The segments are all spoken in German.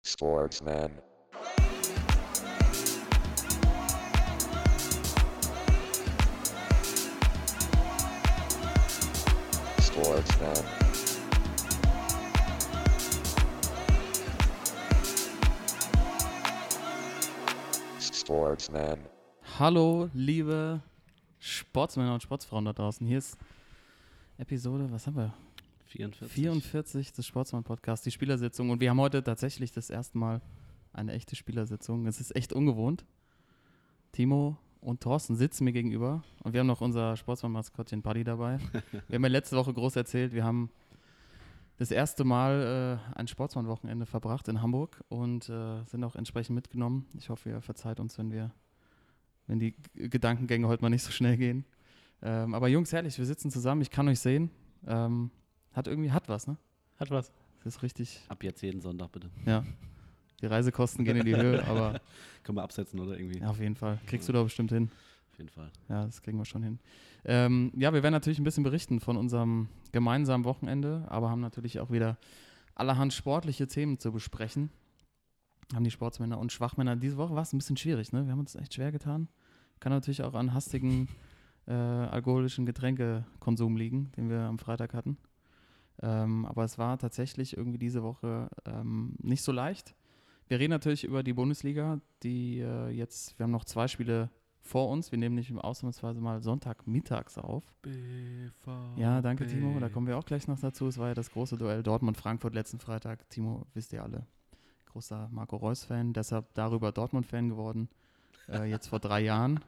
Sportsman. Sportsman. Sportsman. Hallo, liebe Sportsmänner und Sportsfrauen da draußen. Hier ist Episode, was haben wir? 44 des Sportsmann-Podcasts, die Spielersitzung. Und wir haben heute tatsächlich das erste Mal eine echte Spielersitzung. Es ist echt ungewohnt. Timo und Thorsten sitzen mir gegenüber. Und wir haben noch unser Sportsmann-Maskottchen Buddy dabei. Wir haben ja letzte Woche groß erzählt, wir haben das erste Mal ein Sportsmann-Wochenende verbracht in Hamburg und sind auch entsprechend mitgenommen. Ich hoffe, ihr verzeiht uns, wenn die Gedankengänge heute mal nicht so schnell gehen. Aber Jungs, herrlich, wir sitzen zusammen, ich kann euch sehen. Hat was, ne? Hat was. Das ist richtig. Ab jetzt jeden Sonntag, bitte. Ja. Die Reisekosten gehen in die Höhe, aber Können wir absetzen, oder irgendwie? ja, auf jeden Fall. Kriegst du da bestimmt hin. Auf jeden Fall. Ja, das kriegen wir schon hin. Ja, wir werden natürlich ein bisschen berichten von unserem gemeinsamen Wochenende, aber haben natürlich auch wieder allerhand sportliche Themen zu besprechen. Haben die Sportsmänner und Schwachmänner. Diese Woche war es ein bisschen schwierig, ne? Wir haben uns echt schwer getan. Kann natürlich auch an hastigen alkoholischen Getränkekonsum liegen, den wir am Freitag hatten. Aber es war tatsächlich irgendwie diese Woche nicht so leicht. Wir reden natürlich über die Bundesliga, die wir haben noch 2 Spiele vor uns. Wir nehmen nicht ausnahmsweise mal Sonntagmittags auf. BVB. Ja, danke Timo, da kommen wir auch gleich noch dazu. Es war ja das große Duell Dortmund-Frankfurt letzten Freitag. Timo, wisst ihr alle, großer Marco Reus-Fan, deshalb darüber Dortmund-Fan geworden. Jetzt vor 3 Jahren.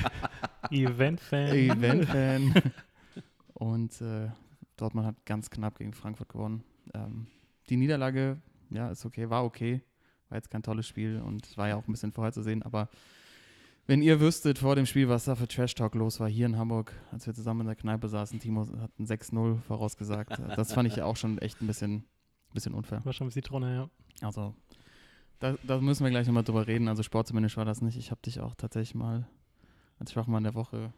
Event-Fan. Und Dortmund hat ganz knapp gegen Frankfurt gewonnen. Die Niederlage, ja, ist okay, war okay. War jetzt kein tolles Spiel und war ja auch ein bisschen vorherzusehen. Aber wenn ihr wüsstet vor dem Spiel, was da für Trash-Talk los war hier in Hamburg, als wir zusammen in der Kneipe saßen, Timo hat ein 6-0 vorausgesagt. Das fand ich ja auch schon echt ein bisschen unfair. War schon ein Zitrone, ja. Also, da müssen wir gleich nochmal drüber reden. Also sportmännisch war das nicht. Ich habe dich auch tatsächlich mal als Schwachmann der Woche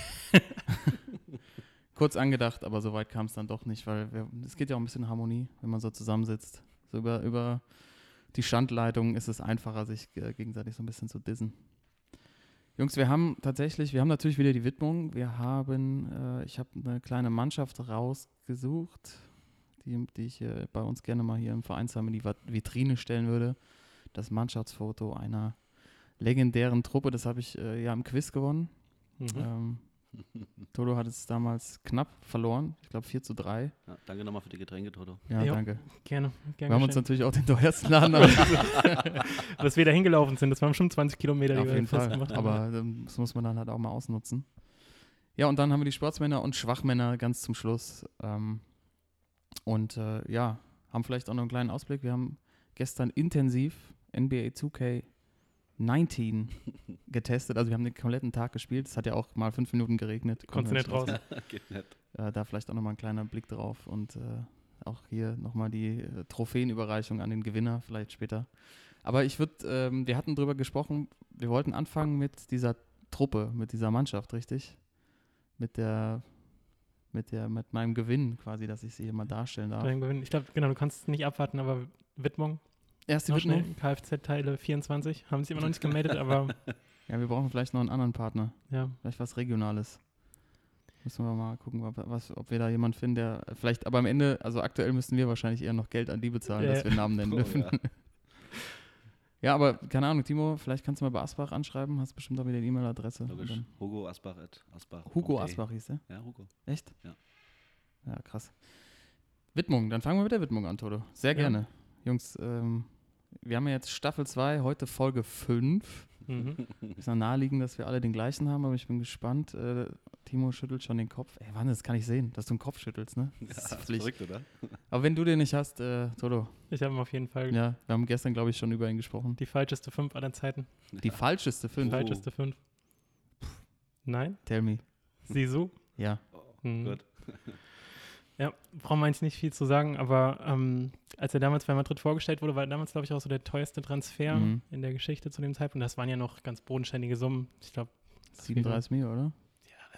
kurz angedacht, aber so weit kam es dann doch nicht, weil es geht ja auch ein bisschen Harmonie, wenn man so zusammensitzt. So über die Standleitung ist es einfacher, sich gegenseitig so ein bisschen zu dissen. Jungs, wir haben natürlich wieder die Widmung. Ich habe eine kleine Mannschaft rausgesucht, die ich bei uns gerne mal hier im Vereinsheim in die Vitrine stellen würde. Das Mannschaftsfoto einer legendären Truppe, das habe ich im Quiz gewonnen. Toto hat es damals knapp verloren, ich glaube 4-3. Ja, danke nochmal für die Getränke, Toto. Ja, Jo, danke. Gerne. Wir haben uns natürlich auch den teuersten Laden Dass wir da hingelaufen sind, das waren schon 20 Kilometer, auf die wir jeden Fall, festgemacht haben. aber das muss man dann halt auch mal ausnutzen. Ja, und dann haben wir die Sportsmänner und Schwachmänner ganz zum Schluss. Haben vielleicht auch noch einen kleinen Ausblick. Wir haben gestern intensiv NBA 2K19 getestet. Also wir haben den kompletten Tag gespielt. Es hat ja auch mal 5 Minuten geregnet. Konntest du nicht raus. Geht nicht. Da vielleicht auch nochmal ein kleiner Blick drauf und auch hier nochmal die Trophäenüberreichung an den Gewinner vielleicht später. Aber wir hatten drüber gesprochen, wir wollten anfangen mit dieser Truppe, mit dieser Mannschaft, richtig? Mit meinem Gewinn quasi, dass ich sie hier mal darstellen darf. Ich glaube, genau, du kannst nicht abwarten, aber Widmung. Erste Noch Widmung? schnell, Kfz-Teile 24, haben sich immer noch nicht gemeldet, aber Ja, wir brauchen vielleicht noch einen anderen Partner. ja. Vielleicht was Regionales. Müssen wir mal gucken, ob wir da jemanden finden, der vielleicht, aber am Ende, also aktuell müssten wir wahrscheinlich eher noch Geld an die bezahlen, dass wir einen Namen nennen dürfen. Ja. Ja, aber keine Ahnung, Timo, vielleicht kannst du mal bei Asbach anschreiben, hast bestimmt auch wieder die E-Mail-Adresse. Logisch. Hugo Asbach. Hugo Asbach hieß der? Ja, Hugo. Echt? Ja. Ja, krass. Widmung, dann fangen wir mit der Widmung an, Toto. Sehr gerne. Jungs, wir haben ja jetzt Staffel 2, heute Folge 5. Ist noch naheliegend, dass wir alle den gleichen haben, aber ich bin gespannt. Timo schüttelt schon den Kopf. Ey, Mann, das kann ich sehen, dass du den Kopf schüttelst, ne? Ja, Das das ist Pflicht. verrückt, oder? Aber wenn du den nicht hast, Toto, Ich habe ihn auf jeden Fall. ja, wir haben gestern, glaube ich, schon über ihn gesprochen. Die falscheste 5 aller Zeiten. Die falscheste 5. Oh. Falscheste 5. Nein? Tell me. Sisu? Ja. Gut. Ja, brauchen wir eigentlich nicht viel zu sagen, aber als er damals bei Madrid vorgestellt wurde, war er damals, glaube ich, auch so der teuerste Transfer in der Geschichte zu dem Zeitpunkt. Das waren ja noch ganz bodenständige Summen. Ich glaube, 37 Mio, oder? ja,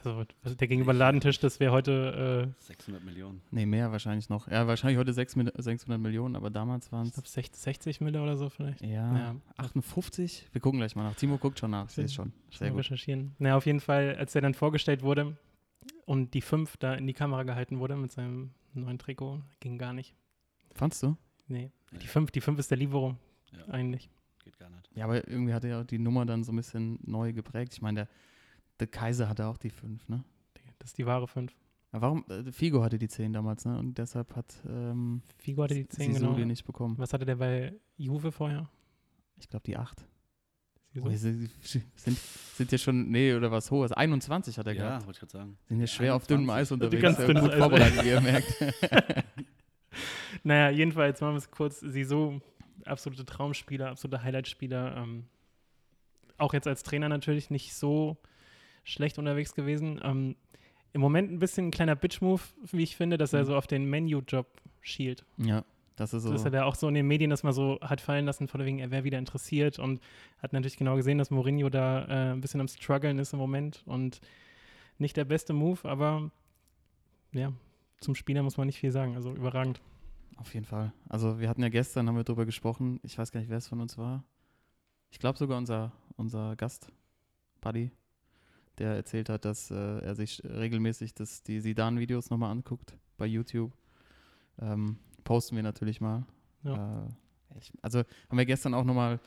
Also der gegenüber Ladentisch, das wäre heute 600 Millionen. Nee, mehr wahrscheinlich noch. Ja, wahrscheinlich heute 600 Millionen, aber damals waren ich es... glaube 60 Mille oder so vielleicht. Ja, 58? Wir gucken gleich mal nach. Timo guckt schon nach, ich sehe es schon. Sehr gut. Recherchieren. Na, auf jeden Fall, als er dann vorgestellt wurde und die 5 da in die Kamera gehalten wurde mit seinem neuen Trikot, ging gar nicht. Fandst du? Nee, die 5 ist der Libero eigentlich. Geht gar nicht. Ja, aber irgendwie hat er ja die Nummer dann so ein bisschen neu geprägt. Ich meine, der Kaiser hatte auch die 5, ne? Das ist die wahre 5. Ja, warum? Figo hatte die 10 damals, ne? Und deshalb hat Figo hatte die 10, Zizou genau. die nicht bekommen. Was hatte der bei Juve vorher? Ich glaube die 8. Zizou? Oh, sie sind ja schon, nee, oder was hohes. 21 hat er Ja, gehabt. wollte ich gerade sagen. Sind ja schwer auf dünnem Eis unterwegs. Ganz dünnes gut Eis. vorbereitet, wie ihr merkt. Naja, jedenfalls machen wir es kurz. Zizou, absolute Traumspieler, absolute Highlightspieler. Auch jetzt als Trainer natürlich nicht so schlecht unterwegs gewesen. Im Moment ein bisschen ein kleiner Bitch-Move, wie ich finde, dass er so auf den Menu-Job schielt. Ja, das ist so. Das hat er auch so in den Medien, dass man so hat fallen lassen, von wegen, er wäre wieder interessiert und hat natürlich genau gesehen, dass Mourinho da ein bisschen am Struggeln ist im Moment und nicht der beste Move, aber ja, zum Spieler muss man nicht viel sagen, also überragend. Auf jeden Fall. Also wir hatten ja gestern, haben wir darüber gesprochen, ich weiß gar nicht, wer es von uns war. Ich glaube sogar unser Gast, Buddy, der erzählt hat, dass er sich regelmäßig die Zidane-Videos nochmal anguckt bei YouTube. Posten wir natürlich mal. Ja. Also haben wir gestern auch nochmal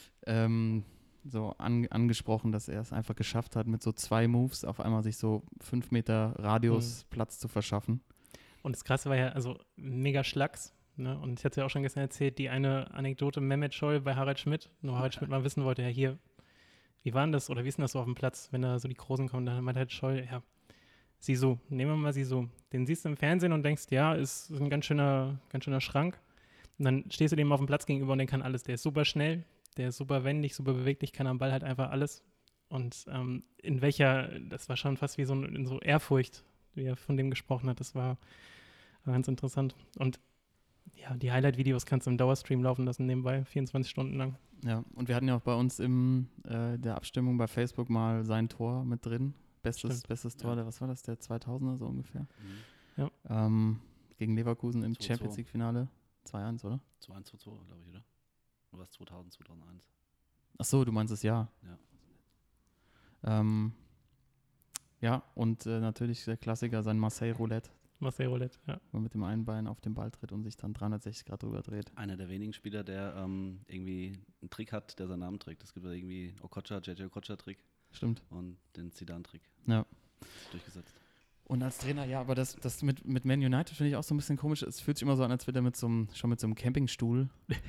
so angesprochen, dass er es einfach geschafft hat, mit so 2 Moves auf einmal sich so 5 Meter Radius Platz zu verschaffen. Und das Krasse war ja, also mega Schlacks. Ne? Und ich hatte ja auch schon gestern erzählt, die eine Anekdote Mehmet Scholl bei Harald Schmidt. Nur Harald Schmidt mal wissen wollte, ja hier, wie war denn das oder wie ist denn das so auf dem Platz, wenn da so die Großen kommen? Dann meinte halt Scholl, ja, Zizou, nehmen wir mal Zizou. Den siehst du im Fernsehen und denkst, ja, ist ein ganz schöner Schrank. Und dann stehst du dem auf dem Platz gegenüber und der kann alles. Der ist super schnell, der ist super wendig, super beweglich, kann am Ball halt einfach alles. Und das war schon fast wie so in so Ehrfurcht, wie er von dem gesprochen hat. Das war ganz interessant. Und ja, die Highlight-Videos kannst du im Dauerstream laufen lassen, nebenbei, 24 Stunden lang. Ja, und wir hatten ja auch bei uns der Abstimmung bei Facebook mal sein Tor mit drin. Bestes Tor, was war das, der 2000er so ungefähr? Ja. Gegen Leverkusen im 2-2. Champions League-Finale. 2-1, oder? 2-1, 2-2, glaube ich, oder? Oder was 2000, 2001? Ach so, du meinst das Jahr. Ja. Ja, und natürlich der Klassiker, sein Marseille-Roulette, Marseille Roulette, ja. wo man mit dem einen Bein auf den Ball tritt und sich dann 360 Grad drüber dreht. Einer der wenigen Spieler, der irgendwie einen Trick hat, der seinen Namen trägt. Es gibt ja irgendwie JJ Okocha-Trick Stimmt. und den Zidane-Trick. Ja. Durchgesetzt. Und als Trainer, ja, aber das mit Man United finde ich auch so ein bisschen komisch. Es fühlt sich immer so an, als würde er schon mit so einem Campingstuhl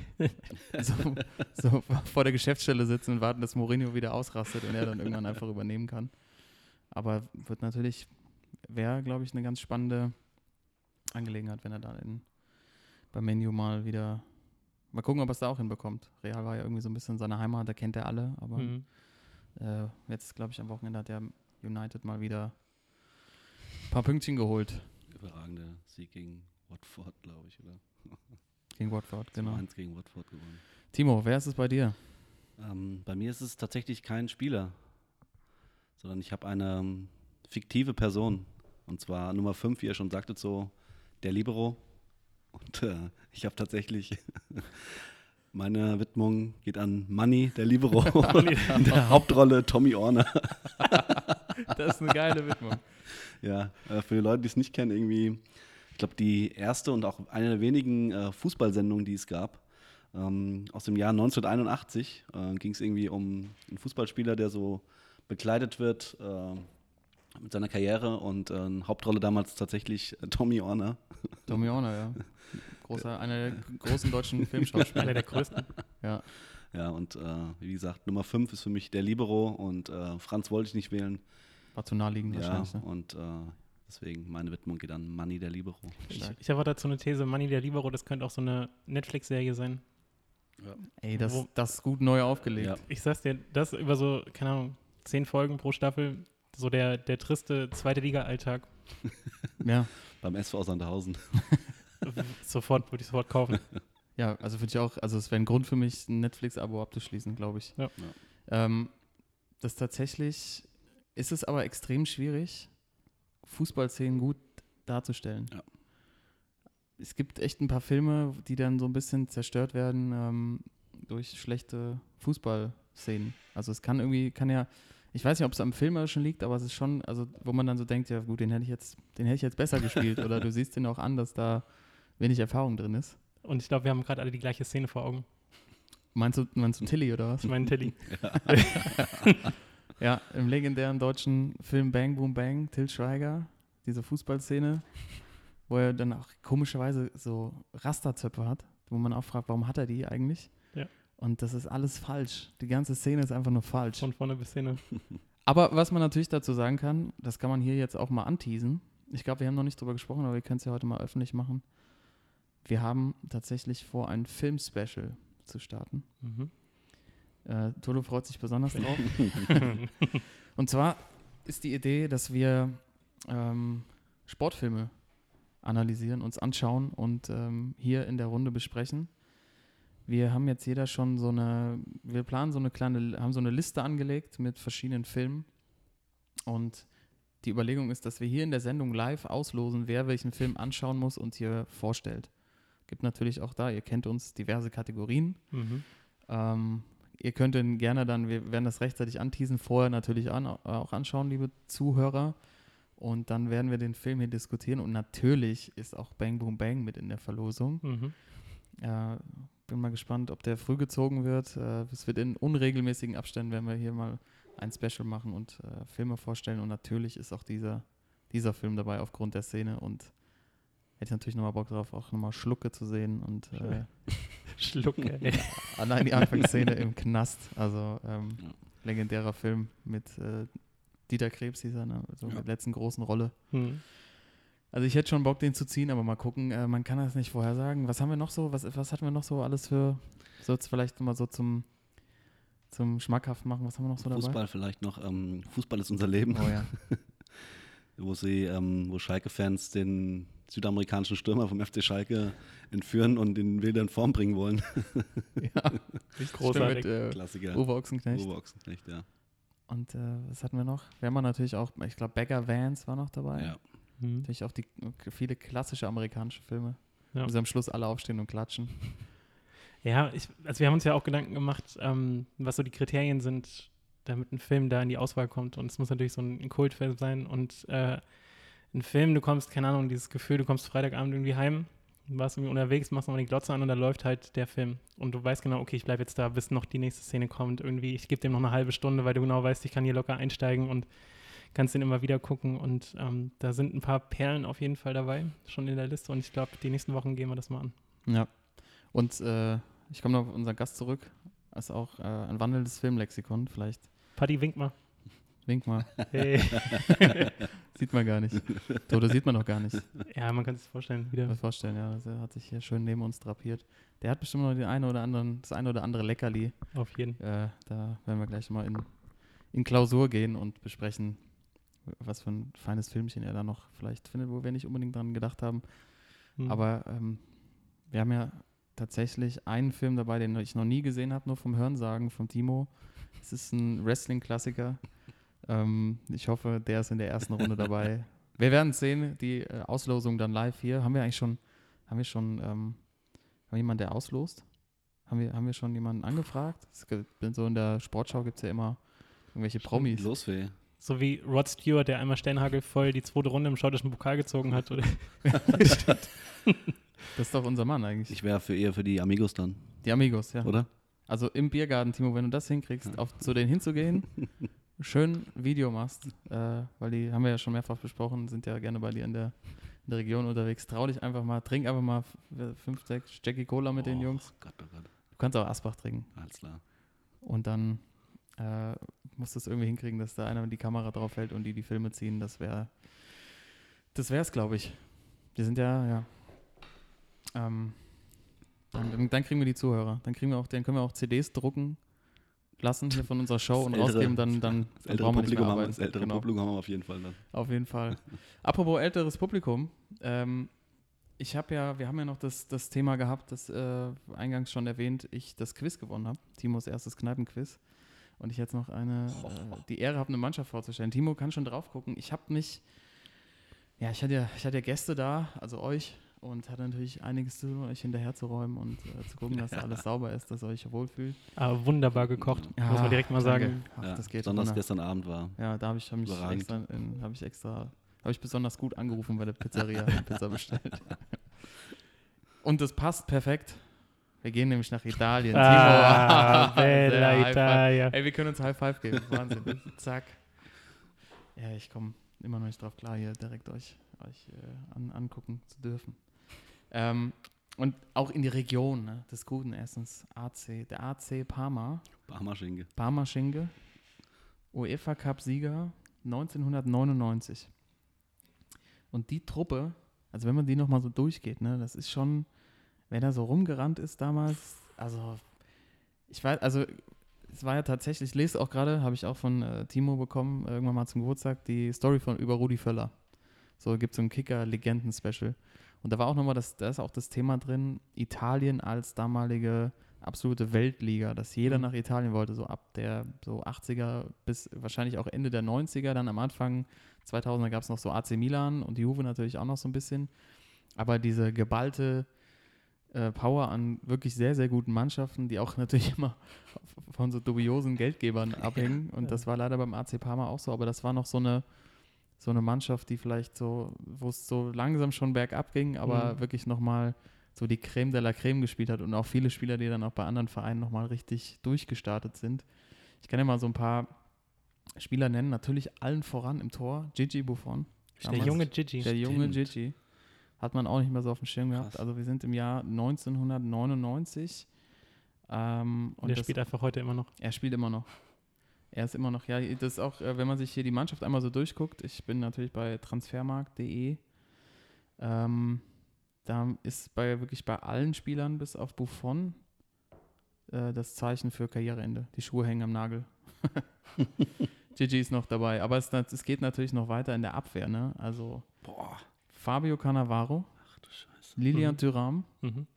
so vor der Geschäftsstelle sitzen und warten, dass Mourinho wieder ausrastet und er dann irgendwann einfach übernehmen kann. Aber wäre, glaube ich, eine ganz spannende Angelegenheit, wenn er da bei Man U mal gucken, ob er es da auch hinbekommt. Real war ja irgendwie so ein bisschen seine Heimat, da kennt er alle, aber jetzt, glaube ich, am Wochenende hat der United mal wieder ein paar Pünktchen geholt. Überragender Sieg gegen Watford, glaube ich, oder? Gegen Watford, genau. 2-1 gegen Watford gewonnen. Timo, wer ist es bei dir? Bei mir ist es tatsächlich kein Spieler, sondern ich habe eine fiktive Person. Und zwar Nummer 5, wie ihr schon sagtet, so der Libero. Und ich habe tatsächlich, meine Widmung geht an Manni, der Libero. In der Hauptrolle Tommy Orner. Das ist eine geile Widmung. Ja, für die Leute, die es nicht kennen, irgendwie, ich glaube, die erste und auch eine der wenigen Fußballsendungen, die es gab, aus dem Jahr 1981, ging es irgendwie um einen Fußballspieler, der so bekleidet wird mit seiner Karriere und Hauptrolle damals tatsächlich Tommy Orner. Tommy Orner, ja. Einer der großen deutschen Filmschauspieler. Einer der größten. Ja. Ja, und wie gesagt, Nummer 5 ist für mich der Libero und Franz wollte ich nicht wählen. War zu naheliegend Ja, wahrscheinlich. Ne? und deswegen meine Widmung geht an Manni, der Libero. Ich habe dazu eine These, Manni der Libero, das könnte auch so eine Netflix-Serie sein. Ja. Ey, das ist gut neu aufgelegt. Ja. Ich sag's dir, das über so, keine Ahnung, 10 Folgen pro Staffel, so der triste zweite Liga-Alltag. Ja. Beim SV Sandhausen. Würde ich sofort kaufen. Ja, also finde ich auch, also es wäre ein Grund für mich, ein Netflix-Abo abzuschließen, glaube ich. Ja. Das tatsächlich ist es aber extrem schwierig, Fußballszenen gut darzustellen. Ja. Es gibt echt ein paar Filme, die dann so ein bisschen zerstört werden durch schlechte Fußballszenen. Also es kann ja, ich weiß nicht, ob es am Filmerischen liegt, aber es ist schon, also wo man dann so denkt, ja gut, den hätte ich jetzt besser gespielt oder du siehst den auch an, dass da wenig Erfahrung drin ist. Und ich glaube, wir haben gerade alle die gleiche Szene vor Augen. Meinst du Tilly oder was? Ich meine Tilly. Ja, im legendären deutschen Film Bang Boom Bang, Til Schweiger, diese Fußballszene, wo er dann auch komischerweise so Rasterzöpfe hat, wo man auch fragt, warum hat er die eigentlich? Ja. Und das ist alles falsch. Die ganze Szene ist einfach nur falsch. Von vorne bis hinten. Aber was man natürlich dazu sagen kann, das kann man hier jetzt auch mal anteasen. Ich glaube, wir haben noch nicht drüber gesprochen, aber wir können es ja heute mal öffentlich machen. Wir haben tatsächlich vor, ein Film-Special zu starten. Mhm. Tolo freut sich besonders drauf. Und zwar ist die Idee, dass wir Sportfilme analysieren, uns anschauen und hier in der Runde besprechen. Wir haben jetzt jeder schon wir planen haben so eine Liste angelegt mit verschiedenen Filmen und die Überlegung ist, dass wir hier in der Sendung live auslosen, wer welchen Film anschauen muss und hier vorstellt. Gibt natürlich auch da, ihr kennt uns, diverse Kategorien. Mhm. Ihr könnt ihn gerne dann, wir werden das rechtzeitig anteasen, vorher natürlich auch anschauen, liebe Zuhörer. Und dann werden wir den Film hier diskutieren. Und natürlich ist auch Bang Boom Bang mit in der Verlosung. Mhm. Bin mal gespannt, ob der früh gezogen wird. Es wird in unregelmäßigen Abständen, werden wir hier mal ein Special machen und Filme vorstellen. Und natürlich ist auch dieser Film dabei aufgrund der Szene. Und hätte ich natürlich nochmal Bock drauf, auch nochmal Schlucke zu sehen. Und Schlucke, ey. allein die Anfangsszene im Knast. Also legendärer Film mit Dieter Krebs, hieß er, ne? So mit der letzten großen Rolle. Mhm. Also ich hätte schon Bock, den zu ziehen, aber mal gucken, man kann das nicht vorher sagen. Was haben wir noch so, was hatten wir noch so alles für, so jetzt vielleicht mal so zum schmackhaft machen, was haben wir noch so dabei? Fußball vielleicht noch, Fußball ist unser Leben. Oh ja. wo Schalke-Fans den südamerikanischen Stürmer vom FC Schalke entführen und in wilder Form bringen wollen. Ja, großartig. Mit, Klassiker. Uwe Ochsenknecht. Uwe Ochsenknecht, ja. Und was hatten wir noch? Wir haben natürlich auch, ich glaube, Bagger Vance war noch dabei. Ja. Mhm. Natürlich auch viele klassische amerikanische Filme. Ja. Wo sie am Schluss alle aufstehen und klatschen. Ja, also wir haben uns ja auch Gedanken gemacht, was so die Kriterien sind, damit ein Film da in die Auswahl kommt. Und es muss natürlich so ein Kultfilm sein. Und ein Film, du kommst, keine Ahnung, dieses Gefühl, du kommst Freitagabend irgendwie heim, warst irgendwie unterwegs, machst nochmal die Glotze an und da läuft halt der Film. Und du weißt genau, okay, ich bleibe jetzt da, bis noch die nächste Szene kommt. Irgendwie, ich gebe dem noch eine halbe Stunde, weil du genau weißt, ich kann hier locker einsteigen und kannst den immer wieder gucken. Und da sind ein paar Perlen auf jeden Fall dabei, schon in der Liste. Und ich glaube, die nächsten Wochen gehen wir das mal an. Ja. Und ich komme noch auf unseren Gast zurück. Ist auch ein wandelndes Filmlexikon, vielleicht. Paddy, wink mal. Wink mal. Hey. Sieht man gar nicht. Oder sieht man noch gar nicht. Ja, man kann sich vorstellen. Wieder. Das vorstellen, ja. Also er hat sich hier schön neben uns drapiert. Der hat bestimmt noch das eine oder andere Leckerli. Auf jeden. Da werden wir gleich mal in Klausur gehen und besprechen, was für ein feines Filmchen er da noch vielleicht findet, wo wir nicht unbedingt dran gedacht haben. Mhm. Aber wir haben ja tatsächlich einen Film dabei, den ich noch nie gesehen habe, nur vom Hörensagen von Timo. Es ist ein Wrestling-Klassiker. Ich hoffe, der ist in der ersten Runde dabei. Wir werden sehen, die Auslosung dann live hier. Haben wir jemanden, der auslost? Haben wir schon jemanden angefragt? So in der Sportschau gibt es ja immer irgendwelche Promis. Losweh. So wie Rod Stewart, der einmal steinhagelvoll die 2. Runde im schottischen Pokal gezogen hat. Oder? Das ist doch unser Mann eigentlich. Ich wäre eher für die Amigos dann. Die Amigos, ja. Oder? Also im Biergarten, Timo, wenn du das hinkriegst, zu denen hinzugehen, schön Video machst, weil die haben wir ja schon mehrfach besprochen, sind ja gerne bei dir in der Region unterwegs. Trau dich einfach mal, trink einfach mal 5, 6 Jackie Cola mit den Jungs. Gott, oh Gott. Du kannst auch Asbach trinken. Alles klar. Und dann musst du es irgendwie hinkriegen, dass da einer mit die Kamera drauf hält und die Filme ziehen. Das wäre es, glaube ich. Wir sind ja. Dann kriegen wir die Zuhörer. Dann können wir auch CDs drucken lassen hier von unserer Show und rausgeben, dann brauchen wir nicht mehr arbeiten. Das ältere Publikum haben wir auf jeden Fall dann. Auf jeden Fall. Apropos älteres Publikum, wir haben ja noch das Thema gehabt, das eingangs schon erwähnt, ich das Quiz gewonnen habe, Timos erstes Kneipenquiz. und ich jetzt noch die Ehre habe, eine Mannschaft vorzustellen. Timo kann schon drauf gucken. Ich hatte ja Gäste da, also euch, und hatte natürlich einiges zu tun, euch hinterherzuräumen und zu gucken, dass alles sauber ist, dass ihr euch wohlfühlt. Aber wunderbar gekocht, muss man direkt mal sagen. Ach, das geht besonders gestern Abend war. Ja, da habe ich besonders gut angerufen bei der Pizzeria und Pizza bestellt. Und das passt perfekt. Wir gehen nämlich nach Italien. Bella Italia. Ey, wir können uns High Five geben. Wahnsinn. Zack. Ja, ich komme immer noch nicht drauf klar, hier direkt euch angucken zu dürfen. Und auch in die Region, ne, des guten Essens. Der AC Parma. Parma-Schinke. UEFA Cup-Sieger 1999. Und die Truppe, also wenn man die nochmal so durchgeht, ne, das ist schon, wer da so rumgerannt ist damals, also ich weiß, also es war ja tatsächlich, ich lese auch gerade, habe ich auch von Timo bekommen, irgendwann mal zum Geburtstag, die Story über Rudi Völler. So gibt es so ein Kicker-Legenden-Special. Und da war auch nochmal, da ist auch das Thema drin, Italien als damalige absolute Weltliga, dass jeder nach Italien wollte, so ab der so 80er bis wahrscheinlich auch Ende der 90er, dann am Anfang 2000er gab es noch so AC Milan und Juve natürlich auch noch so ein bisschen. Aber diese geballte Power an wirklich sehr, sehr guten Mannschaften, die auch natürlich immer von so dubiosen Geldgebern abhängen. Und das war leider beim AC Parma auch so, aber das war noch so eine Mannschaft, die vielleicht so, wo es so langsam schon bergab ging, aber wirklich nochmal so die Creme de la Creme gespielt hat und auch viele Spieler, die dann auch bei anderen Vereinen nochmal richtig durchgestartet sind. Ich kann ja mal so ein paar Spieler nennen, natürlich allen voran im Tor, Gigi Buffon. Der junge Gigi. Hat man auch nicht mehr so auf dem Schirm gehabt. Krass. Also wir sind im Jahr 1999. Und der spielt einfach heute immer noch. Er spielt immer noch. Er ist immer noch, ja, das ist auch, wenn man sich hier die Mannschaft einmal so durchguckt, ich bin natürlich bei transfermarkt.de, da ist wirklich bei allen Spielern bis auf Buffon das Zeichen für Karriereende. Die Schuhe hängen am Nagel. Gigi ist noch dabei, aber es geht natürlich noch weiter in der Abwehr, ne? Also Fabio Cannavaro, Ach du Scheiße. Lilian Thuram,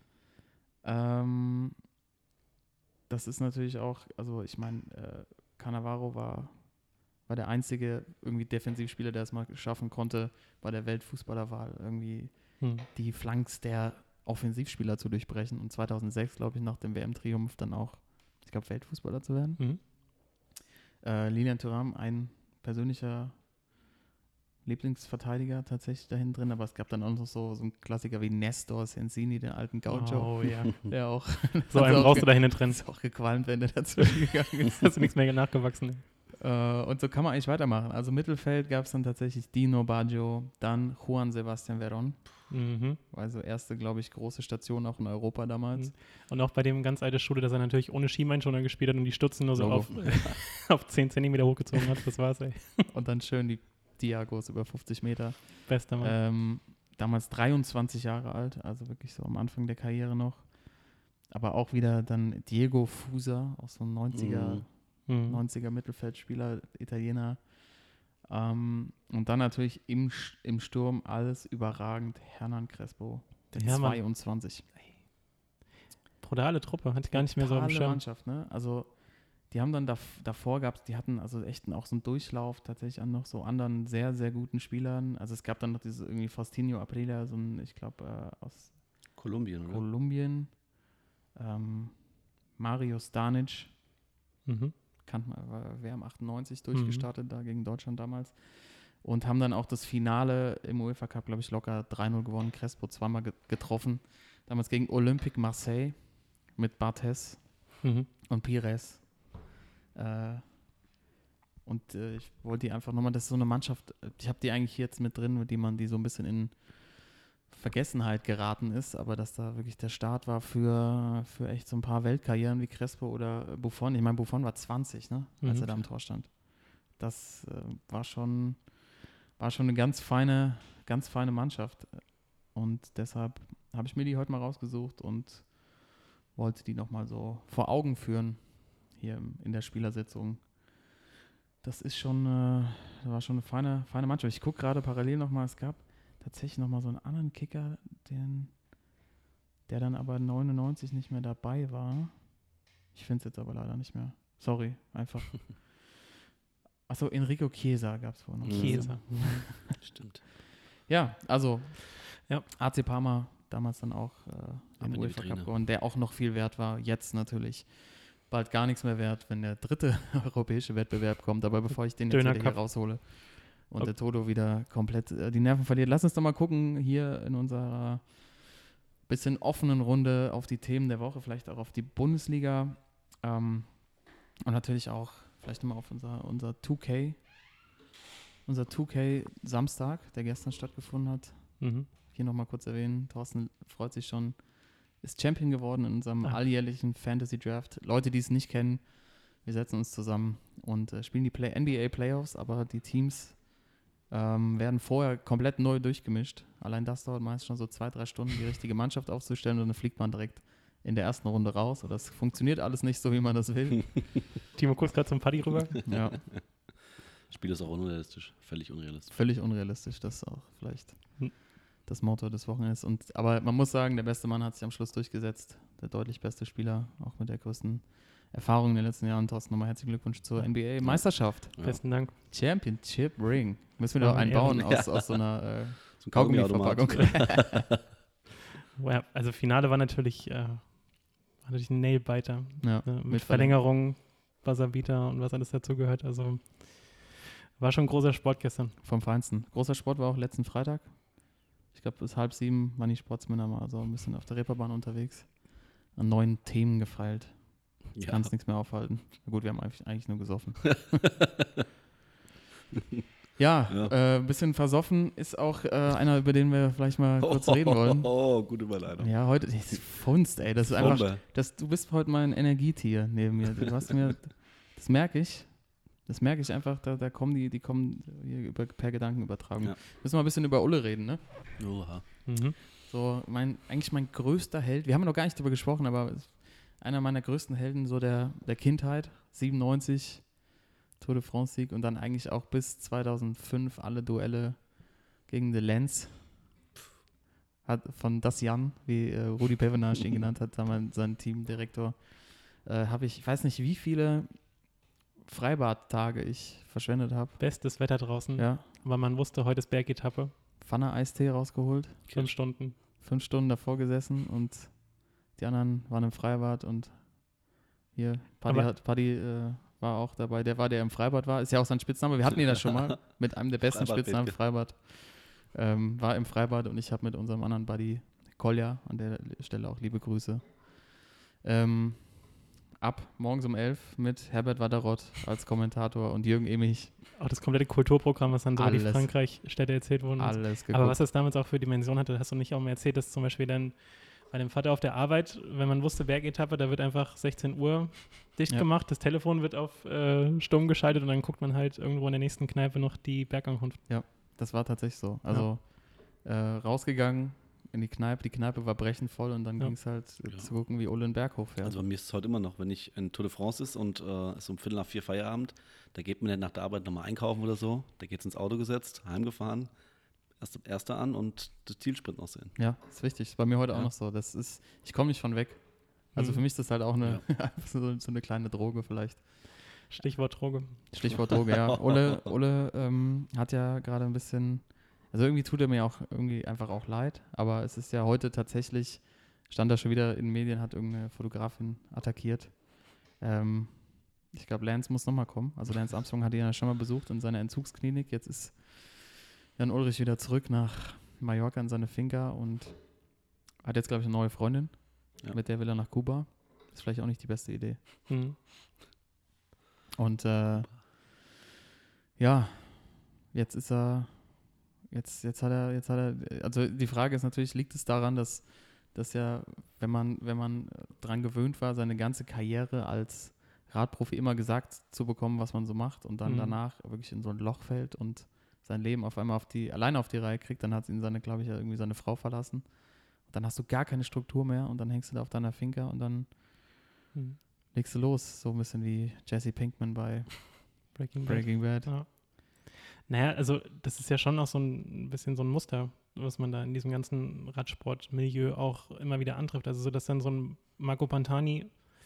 Mhm. das ist natürlich auch, also ich meine, Cannavaro war der einzige irgendwie Defensivspieler, der es mal schaffen konnte, bei der Weltfußballerwahl irgendwie die Flanks der Offensivspieler zu durchbrechen und 2006, glaube ich, nach dem WM-Triumph dann auch, ich glaube, Weltfußballer zu werden. Mhm. Lilian Thuram, ein persönlicher Lieblingsverteidiger tatsächlich dahin drin, aber es gab dann auch noch so einen Klassiker wie Nestor Sensini, den alten Gaucho. Oh ja. Der auch. So einen brauchst du da hinten drin. Ist auch gequalmt, wenn der dazwischen gegangen ist. Hast du nichts mehr nachgewachsen. Und so kann man eigentlich weitermachen. Also Mittelfeld gab es dann tatsächlich Dino Baggio, dann Juan Sebastian Veron. Mhm. Also erste, glaube ich, große Station auch in Europa damals. Und auch bei dem ganz alte Schule, dass er natürlich ohne Schienbeinschoner gespielt hat und die Stutzen nur so auf 10 Zentimeter hochgezogen hat. Das war's, ey. Und dann schön die Diagos über 50 Meter. Bester Mann. Damals 23 Jahre alt, also wirklich so am Anfang der Karriere noch. Aber auch wieder dann Diego Fusa, auch so ein 90er Mittelfeldspieler, Italiener. Und dann natürlich im Sturm alles überragend. Hernan Crespo, der 22. Brutale Truppe, hatte ich gar nicht mehr so auf dem Schirm. Mannschaft, ne? Also die haben dann davor die hatten also echt auch so einen Durchlauf tatsächlich an noch so anderen sehr, sehr guten Spielern. Also es gab dann noch dieses irgendwie Faustino Aprilia, so ein, ich glaube, aus Kolumbien. Mario Stanic, kannte man, war WM 98 durchgestartet, da gegen Deutschland damals. Und haben dann auch das Finale im UEFA Cup, glaube ich, locker 3-0 gewonnen. Crespo zweimal getroffen. Damals gegen Olympique Marseille mit Barthez und Pires. Ich wollte die einfach nochmal, das ist so eine Mannschaft, ich habe die eigentlich jetzt mit drin, mit die so ein bisschen in Vergessenheit geraten ist, aber dass da wirklich der Start war für echt so ein paar Weltkarrieren wie Crespo oder Buffon. Ich meine, Buffon war 20, ne, als er da am Tor stand. Das war schon eine ganz feine Mannschaft. Und deshalb habe ich mir die heute mal rausgesucht und wollte die nochmal so vor Augen führen hier in der Spielersitzung. Das ist war schon eine feine Mannschaft. Ich gucke gerade parallel nochmal, es gab tatsächlich nochmal so einen anderen Kicker, der dann aber 99 nicht mehr dabei war. Ich finde es jetzt aber leider nicht mehr. Sorry, einfach. Achso, Enrico Chiesa gab es vorhin noch. Chiesa. Stimmt. Ja, also Ja. AC Parma damals dann auch in im die UEFA Cup Vitrine. gewonnen, der auch noch viel wert war. Jetzt natürlich bald gar nichts mehr wert, wenn der dritte europäische Wettbewerb kommt. Aber bevor ich den jetzt Döner wieder hier Cup. raushole und Okay. der Toto wieder komplett die Nerven verliert, lass uns doch mal gucken hier in unserer bisschen offenen Runde auf die Themen der Woche, vielleicht auch auf die Bundesliga und natürlich auch vielleicht nochmal auf unser 2K Samstag, der gestern stattgefunden hat. Mhm. Hier nochmal kurz erwähnen, Thorsten freut sich schon, ist Champion geworden in unserem alljährlichen Fantasy Draft. Leute, die es nicht kennen, wir setzen uns zusammen und spielen die NBA Playoffs, aber die Teams werden vorher komplett neu durchgemischt. Allein das dauert meist schon so 2-3 Stunden, die richtige Mannschaft aufzustellen und dann fliegt man direkt in der ersten Runde raus. Und das funktioniert alles nicht so, wie man das will. Timo, kurz gerade zum Paddy rüber. Ja, Spiel ist auch unrealistisch, völlig unrealistisch. völlig unrealistisch, das ist auch vielleicht Hm. das Motto des Wochenendes. Aber man muss sagen, der beste Mann hat sich am Schluss durchgesetzt. Der deutlich beste Spieler, auch mit der größten Erfahrung in den letzten Jahren. Thorsten, nochmal herzlichen Glückwunsch zur NBA-Meisterschaft. Ja. Besten Dank. Championship Ring. Müssen wir doch Ja, einbauen ja. aus so einer So ein Kaugummi-Verpackung. Ja, also Finale war natürlich ein Nailbiter. Ja, Mit Verlängerung, Buzzerbeater und was alles dazugehört. Also war schon ein großer Sport gestern. Vom Feinsten. Großer Sport war auch letzten Freitag. Ich glaube, bis 6:30 waren die Sportsmänner mal so ein bisschen auf der Reeperbahn unterwegs. An neuen Themen gefeilt. Ja. Kann es nichts mehr aufhalten. Na gut, wir haben eigentlich nur gesoffen. Ja, ein bisschen versoffen ist auch einer, über den wir vielleicht mal kurz reden wollen. Oh, gute Überleitung. Ja, heute das ist Funst, ey. Das ist einfach, Bombe. du bist heute mein Energietier neben mir. Du hast mir, das merke ich. Das merke ich einfach, da kommen die kommen hier per Gedankenübertragung. Ja. Müssen wir ein bisschen über Ulle reden, ne? Oha. Mhm. So, eigentlich mein größter Held, wir haben noch gar nicht drüber gesprochen, aber einer meiner größten Helden so der Kindheit, 97, Tour de France-Sieg und dann eigentlich auch bis 2005 alle Duelle gegen The Lens. Hat von Das Jan, wie Rudi Pevenage ihn genannt hat, damals sein Teamdirektor, habe ich weiß nicht, wie viele Freibad-Tage ich verschwendet habe. Bestes Wetter draußen, Ja, aber man wusste, heute ist Bergetappe. Pfanne-Eistee rausgeholt. 5 Stunden. 5 Stunden davor gesessen und die anderen waren im Freibad und hier, Paddy war auch dabei, der im Freibad war, ist ja auch sein Spitzname, wir hatten ihn das schon mal, mit einem der besten Spitznamen Freibad, war im Freibad und ich habe mit unserem anderen Buddy Kolja, an der Stelle auch liebe Grüße, ab morgens um 11 mit Herbert Waderott als Kommentator und Jürgen Emich. Auch das komplette Kulturprogramm, was dann so über die Alles. Frankreich-Städte erzählt wurde. Alles geguckt. Aber was das damals auch für Dimension hatte, hast du nicht auch mal erzählt, dass zum Beispiel dann bei dem Vater auf der Arbeit, wenn man wusste, Bergetappe, da wird einfach 16 Uhr dicht gemacht, das Telefon wird auf stumm geschaltet und dann guckt man halt irgendwo in der nächsten Kneipe noch die Bergankunft. Das war tatsächlich so. Also rausgegangen in die Kneipe war brechend voll und dann ging es halt zu gucken, wie Ulle den Berg hochfährt. Also bei mir ist es heute immer noch, wenn ich in Tour de France ist und es um 3:45 Feierabend, da geht man nicht nach der Arbeit nochmal einkaufen oder so, da geht es ins Auto gesetzt, heimgefahren, erste an und das Zielsprint noch sehen. Ja, ist wichtig. Ist bei mir heute auch noch so. Ich komme nicht von weg. Also für mich ist das halt auch so eine kleine Droge vielleicht. Stichwort Droge. Stichwort Droge, ja. Ulle hat ja gerade ein bisschen, also irgendwie tut er mir auch irgendwie einfach auch leid, aber es ist ja heute tatsächlich, stand da schon wieder in den Medien, hat irgendeine Fotografin attackiert. Ich glaube, Lance muss nochmal kommen. Also Lance Armstrong hat ihn ja schon mal besucht in seiner Entzugsklinik. Jetzt ist Jan Ulrich wieder zurück nach Mallorca in seine Finca und hat jetzt, glaube ich, eine neue Freundin. Ja. Mit der will er nach Kuba. Ist vielleicht auch nicht die beste Idee. Mhm. Und jetzt ist er, jetzt hat er, also die Frage ist natürlich, liegt es daran, dass ja, wenn man dran gewöhnt war, seine ganze Karriere als Radprofi immer gesagt zu bekommen, was man so macht und dann danach wirklich in so ein Loch fällt und sein Leben auf einmal alleine auf die Reihe kriegt, dann hat ihn irgendwie seine Frau verlassen. Und dann hast du gar keine Struktur mehr und dann hängst du da auf deiner Finca und dann legst du los. So ein bisschen wie Jesse Pinkman bei Breaking Bad. Ja. Naja, also das ist ja schon auch so ein bisschen so ein Muster, was man da in diesem ganzen Radsportmilieu auch immer wieder antrifft. Also so, dass dann so ein Marco Pantani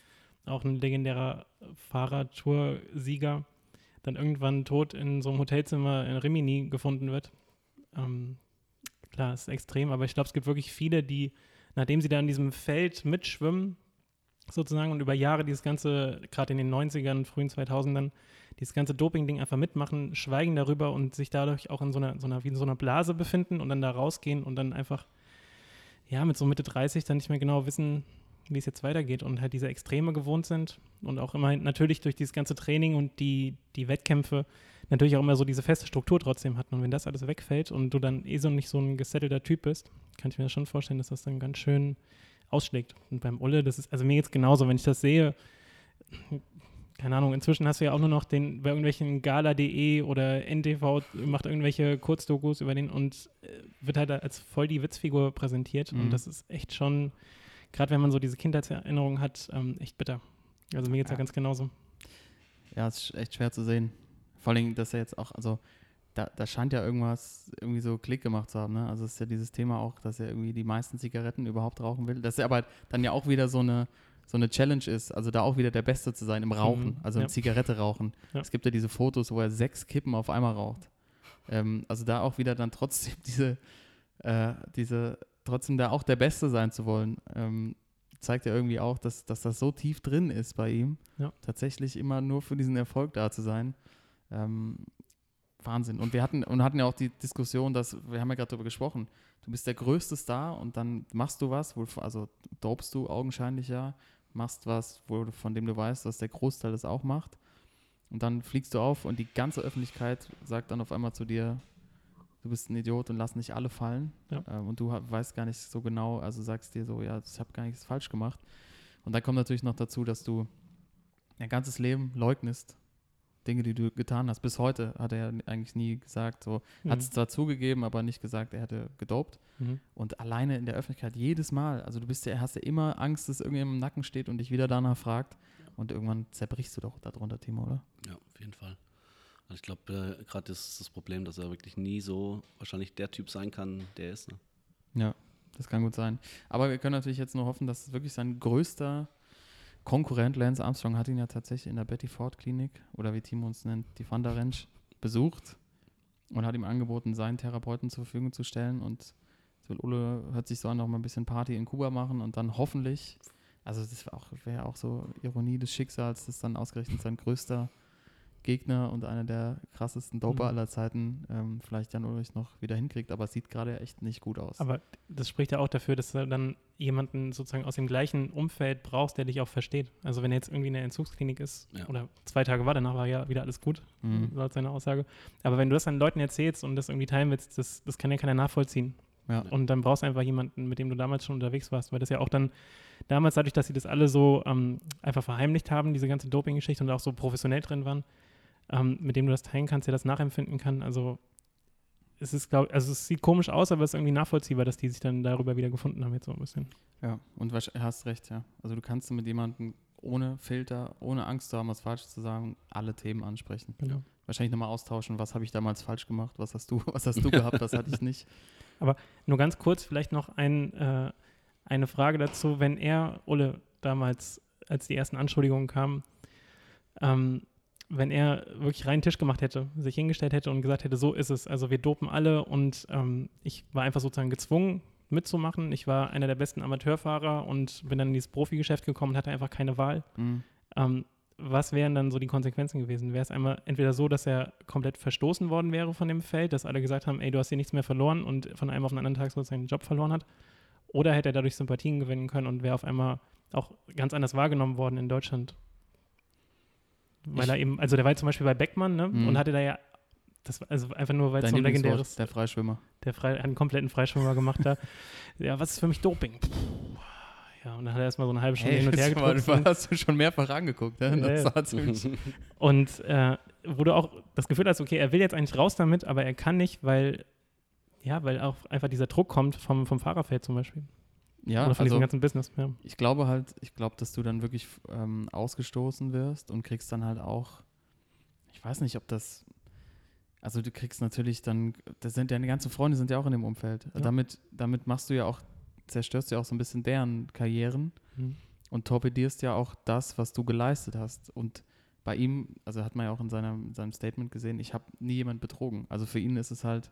auch ein legendärer Fahrradtour-Sieger, dann irgendwann tot in so einem Hotelzimmer in Rimini gefunden wird. Klar, ist extrem, aber ich glaube, es gibt wirklich viele, die, nachdem sie da in diesem Feld mitschwimmen, sozusagen, und über Jahre dieses ganze, gerade in den 90ern, frühen 2000ern, dieses ganze Doping-Ding einfach mitmachen, schweigen darüber und sich dadurch auch in wie in so einer Blase befinden und dann da rausgehen und dann einfach, ja, mit so Mitte 30 dann nicht mehr genau wissen, wie es jetzt weitergeht und halt diese Extreme gewohnt sind und auch immer natürlich durch dieses ganze Training und die Wettkämpfe natürlich auch immer so diese feste Struktur trotzdem hatten. Und wenn das alles wegfällt und du dann so nicht so ein gesettelter Typ bist, kann ich mir das schon vorstellen, dass das dann ganz schön ausschlägt. Und beim Ulle, das ist, also mir geht's genauso, wenn ich das sehe, keine Ahnung, inzwischen hast du ja auch nur noch bei irgendwelchen Gala.de oder NTV macht irgendwelche Kurzdokus über den und wird halt als voll die Witzfigur präsentiert. Und das ist echt schon, gerade wenn man so diese Kindheitserinnerungen hat, echt bitter. Also mir geht's ja ganz genauso. Ja, es ist echt schwer zu sehen. Vor allem, dass er jetzt auch, also da scheint ja irgendwas irgendwie so Klick gemacht zu haben, ne? Also es ist ja dieses Thema auch, dass er irgendwie die meisten Zigaretten überhaupt rauchen will. Dass er aber dann ja auch wieder so eine Challenge ist, also da auch wieder der Beste zu sein im Rauchen, also in Zigarette rauchen. Ja. Es gibt ja diese Fotos, wo er 6 Kippen auf einmal raucht. Also da auch wieder dann trotzdem trotzdem da auch der Beste sein zu wollen, zeigt ja irgendwie auch, dass das so tief drin ist bei ihm, tatsächlich immer nur für diesen Erfolg da zu sein. Wahnsinn. Und wir hatten ja auch die Diskussion, wir haben ja gerade darüber gesprochen, du bist der größte Star und dann machst du was, also dopest du augenscheinlich machst was, von dem du weißt, dass der Großteil das auch macht und dann fliegst du auf und die ganze Öffentlichkeit sagt dann auf einmal zu dir, du bist ein Idiot und lass nicht alle fallen. Ja. Und du weißt gar nicht so genau, also sagst dir so, ja, ich habe gar nichts falsch gemacht. Und dann kommt natürlich noch dazu, dass du dein ganzes Leben leugnest, Dinge, die du getan hast. Bis heute hat er eigentlich nie gesagt, so, hat es zwar zugegeben, aber nicht gesagt, er hätte gedopt. Und alleine in der Öffentlichkeit jedes Mal, also hast ja immer Angst, dass irgendjemand im Nacken steht und dich wieder danach fragt. Und irgendwann zerbrichst du doch darunter, Timo, oder? Ja, auf jeden Fall. Also ich glaube, gerade ist das Problem, dass er wirklich nie so wahrscheinlich der Typ sein kann, der er ist. Ne? Ja, das kann gut sein. Aber wir können natürlich jetzt nur hoffen, dass es wirklich sein größter Konkurrent, Lance Armstrong, hat ihn ja tatsächlich in der Betty Ford Klinik, oder wie Timo uns nennt, die Van der Rensch, besucht und hat ihm angeboten, seinen Therapeuten zur Verfügung zu stellen. Und Ulle hört sich so an, noch mal ein bisschen Party in Kuba machen und dann hoffentlich, also das wäre auch so Ironie des Schicksals, dass dann ausgerechnet sein größter Gegner und einer der krassesten Doper aller Zeiten vielleicht Jan Ullrich noch wieder hinkriegt, aber es sieht gerade echt nicht gut aus. Aber das spricht ja auch dafür, dass du dann jemanden sozusagen aus dem gleichen Umfeld brauchst, der dich auch versteht. Also wenn er jetzt irgendwie in der Entzugsklinik ist, oder 2 Tage war, danach war ja wieder alles gut, laut seiner Aussage. Aber wenn du das dann Leuten erzählst und das irgendwie teilen willst, das kann ja keiner nachvollziehen. Ja. Und dann brauchst du einfach jemanden, mit dem du damals schon unterwegs warst, weil das ja auch dann damals, dadurch, dass sie das alle so einfach verheimlicht haben, diese ganze Doping-Geschichte und auch so professionell drin waren, mit dem du das teilen kannst, der das nachempfinden kann. Also es sieht komisch aus, aber es ist irgendwie nachvollziehbar, dass die sich dann darüber wieder gefunden haben jetzt so ein bisschen. Ja, und hast recht, ja. Also du kannst mit jemandem ohne Filter, ohne Angst zu haben, was falsch zu sagen, alle Themen ansprechen. Genau. Wahrscheinlich nochmal austauschen, was habe ich damals falsch gemacht, was hast du gehabt, was hatte ich nicht. Aber nur ganz kurz vielleicht noch eine Frage dazu, wenn Ulle damals, als die ersten Anschuldigungen kamen, wenn er wirklich reinen Tisch gemacht hätte, sich hingestellt hätte und gesagt hätte, so ist es, also wir dopen alle und ich war einfach sozusagen gezwungen mitzumachen. Ich war einer der besten Amateurfahrer und bin dann in dieses Profigeschäft gekommen und hatte einfach keine Wahl. Was wären dann so die Konsequenzen gewesen? Wäre es einmal entweder so, dass er komplett verstoßen worden wäre von dem Feld, dass alle gesagt haben, ey, du hast hier nichts mehr verloren und von einem auf den anderen Tag so seinen Job verloren hat? Oder hätte er dadurch Sympathien gewinnen können und wäre auf einmal auch ganz anders wahrgenommen worden in Deutschland? Weil er eben, also der war jetzt zum Beispiel bei Beckmann, ne? Und hatte da ja, also einfach nur, weil es so ein legendäres. Der Freischwimmer. Hat einen kompletten Freischwimmer gemacht da. Ja, was ist für mich Doping? Ja, und dann hat er erstmal so eine halbe Stunde hin und her gedrückt. Du hast du schon mehrfach angeguckt, ne? Und wo du auch das Gefühl hast, okay, er will jetzt eigentlich raus damit, aber er kann nicht, weil auch einfach dieser Druck kommt vom Fahrerfeld zum Beispiel. Ja, oder von diesem ganzen Business. Ja. Ich glaube, dass du dann wirklich ausgestoßen wirst und kriegst dann halt auch, ich weiß nicht, ob das, also du kriegst natürlich dann, deine ganzen Freunde sind ja auch in dem Umfeld. Ja. Damit zerstörst du ja auch so ein bisschen deren Karrieren. und torpedierst ja auch das, was du geleistet hast. Und bei ihm, also hat man ja auch in seinem Statement gesehen, ich habe nie jemand betrogen. Also für ihn ist es halt,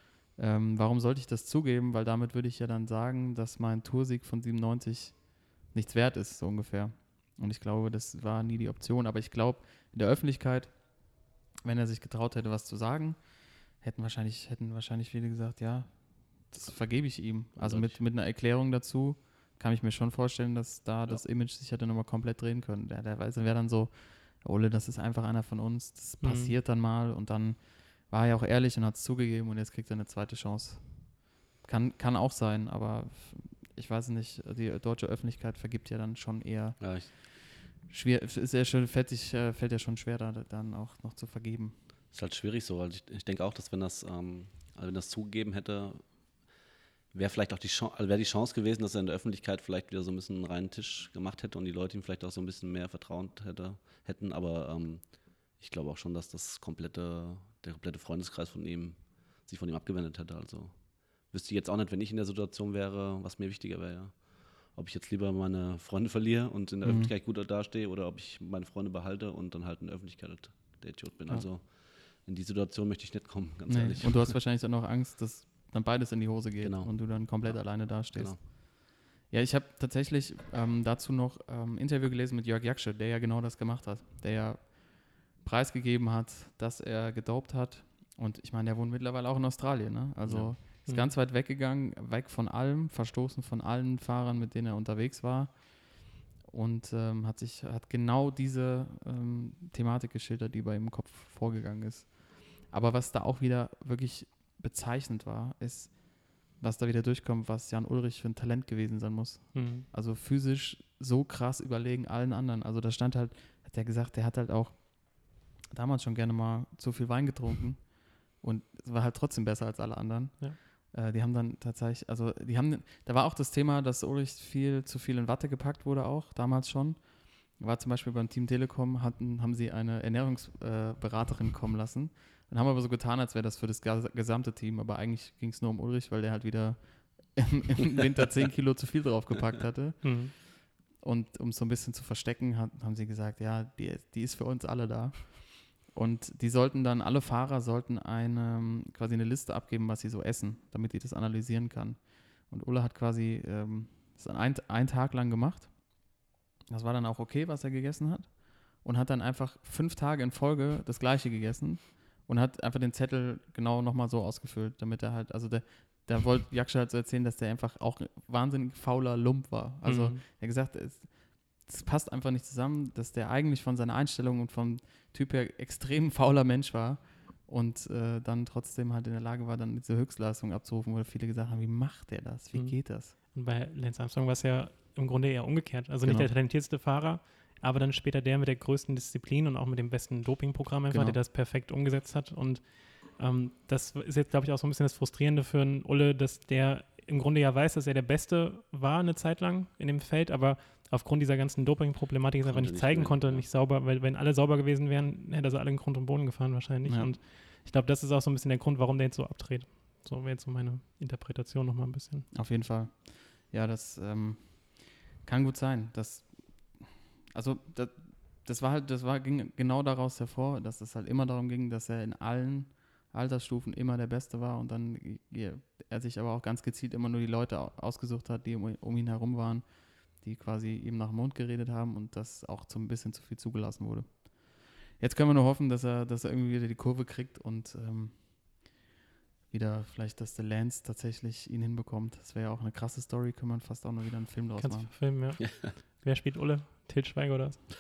warum sollte ich das zugeben? Weil damit würde ich ja dann sagen, dass mein Toursieg von 97 nichts wert ist, so ungefähr. Und ich glaube, das war nie die Option. Aber ich glaube, in der Öffentlichkeit, wenn er sich getraut hätte, was zu sagen, hätten wahrscheinlich viele gesagt, ja, das vergebe ich ihm. Also mit einer Erklärung dazu kann ich mir schon vorstellen, dass da das Image sich hätte nochmal komplett drehen können. Der wäre dann so, Ole, das ist einfach einer von uns, das passiert dann mal und dann war er ja auch ehrlich und hat es zugegeben und jetzt kriegt er eine zweite Chance. Kann auch sein, aber ich weiß nicht, die deutsche Öffentlichkeit vergibt ja dann schon eher schwer, fällt ja schon schwer, da dann auch noch zu vergeben. Ist halt schwierig so, also ich denke auch, dass wenn das zugegeben hätte, wäre vielleicht auch die Chance gewesen, dass er in der Öffentlichkeit vielleicht wieder so ein bisschen einen reinen Tisch gemacht hätte und die Leute ihm vielleicht auch so ein bisschen mehr vertraut hätten, aber ich glaube auch schon, dass der komplette Freundeskreis sich von ihm abgewendet hätte, also wüsste ich jetzt auch nicht, wenn ich in der Situation wäre, was mir wichtiger wäre, ja. Ob ich jetzt lieber meine Freunde verliere und in der Öffentlichkeit gut dastehe oder ob ich meine Freunde behalte und dann halt in der Öffentlichkeit der Idiot bin. Ja. Also in die Situation möchte ich nicht kommen, ganz ehrlich. Und du hast wahrscheinlich dann auch Angst, dass dann beides in die Hose geht und du dann komplett alleine dastehst. Genau. Ja, ich habe tatsächlich dazu noch ein Interview gelesen mit Jörg Jaksche, der ja genau das gemacht hat, der ja preisgegeben hat, dass er gedopt hat und ich meine, der wohnt mittlerweile auch in Australien, ne? Also ist ganz weit weggegangen, weg von allem, verstoßen von allen Fahrern, mit denen er unterwegs war und hat genau diese Thematik geschildert, die bei ihm im Kopf vorgegangen ist. Aber was da auch wieder wirklich bezeichnend war, ist, was da wieder durchkommt, was Jan Ullrich für ein Talent gewesen sein muss. Also physisch so krass überlegen allen anderen. Also da stand halt, hat er gesagt, der hat halt auch damals schon gerne mal zu viel Wein getrunken und war halt trotzdem besser als alle anderen. Ja. Die haben dann tatsächlich, da war auch das Thema, dass Ullrich zu viel in Watte gepackt wurde auch, damals schon. War zum Beispiel beim Team Telekom, haben sie eine Ernährungsberaterin kommen lassen und haben aber so getan, als wäre das für das gesamte Team, aber eigentlich ging es nur um Ullrich, weil der halt wieder im Winter 10 Kilo zu viel draufgepackt hatte. Und um es so ein bisschen zu verstecken, haben sie gesagt, ja, die ist für uns alle da. Und alle Fahrer sollten quasi eine Liste abgeben, was sie so essen, damit die das analysieren kann. Und Ulle hat quasi das einen Tag lang gemacht. Das war dann auch okay, was er gegessen hat. Und hat dann einfach 5 Tage in Folge das Gleiche gegessen und hat einfach den Zettel genau nochmal so ausgefüllt, damit er halt, also der wollte Jaksche halt so erzählen, dass der einfach auch ein wahnsinnig fauler Lump war. Also er hat gesagt, es passt einfach nicht zusammen, dass der eigentlich von seiner Einstellung und vom Typ her extrem fauler Mensch war und dann trotzdem halt in der Lage war, dann diese Höchstleistung abzurufen, wo viele gesagt haben, wie macht der das? Wie geht das? Und bei Lance Armstrong war es ja im Grunde eher umgekehrt. Also nicht der talentierteste Fahrer, aber dann später der mit der größten Disziplin und auch mit dem besten Dopingprogramm einfach, der das perfekt umgesetzt hat. Und das ist jetzt, glaube ich, auch so ein bisschen das Frustrierende für einen Ulle, dass der im Grunde ja weiß, dass er der Beste war eine Zeit lang in dem Feld, aber aufgrund dieser ganzen Doping-Problematik es einfach nicht zeigen konnte, nicht sauber, weil wenn alle sauber gewesen wären, hätte er sie alle in Grund und Boden gefahren wahrscheinlich. Ja. Und ich glaube, das ist auch so ein bisschen der Grund, warum der jetzt so abdreht. So wäre jetzt so meine Interpretation nochmal ein bisschen. Auf jeden Fall. Ja, das kann gut sein. Ging genau daraus hervor, dass es halt immer darum ging, dass er in allen Altersstufen immer der Beste war und dann er sich aber auch ganz gezielt immer nur die Leute ausgesucht hat, die um ihn herum waren, die quasi ihm nach dem Mund geredet haben und das auch so ein bisschen zu viel zugelassen wurde. Jetzt können wir nur hoffen, dass er irgendwie wieder die Kurve kriegt und wieder vielleicht, dass der Lance tatsächlich ihn hinbekommt. Das wäre ja auch eine krasse Story, können wir fast auch noch wieder einen Film draus machen. Kannst du filmen, ja. Wer spielt Ulle? Til Schweiger oder was?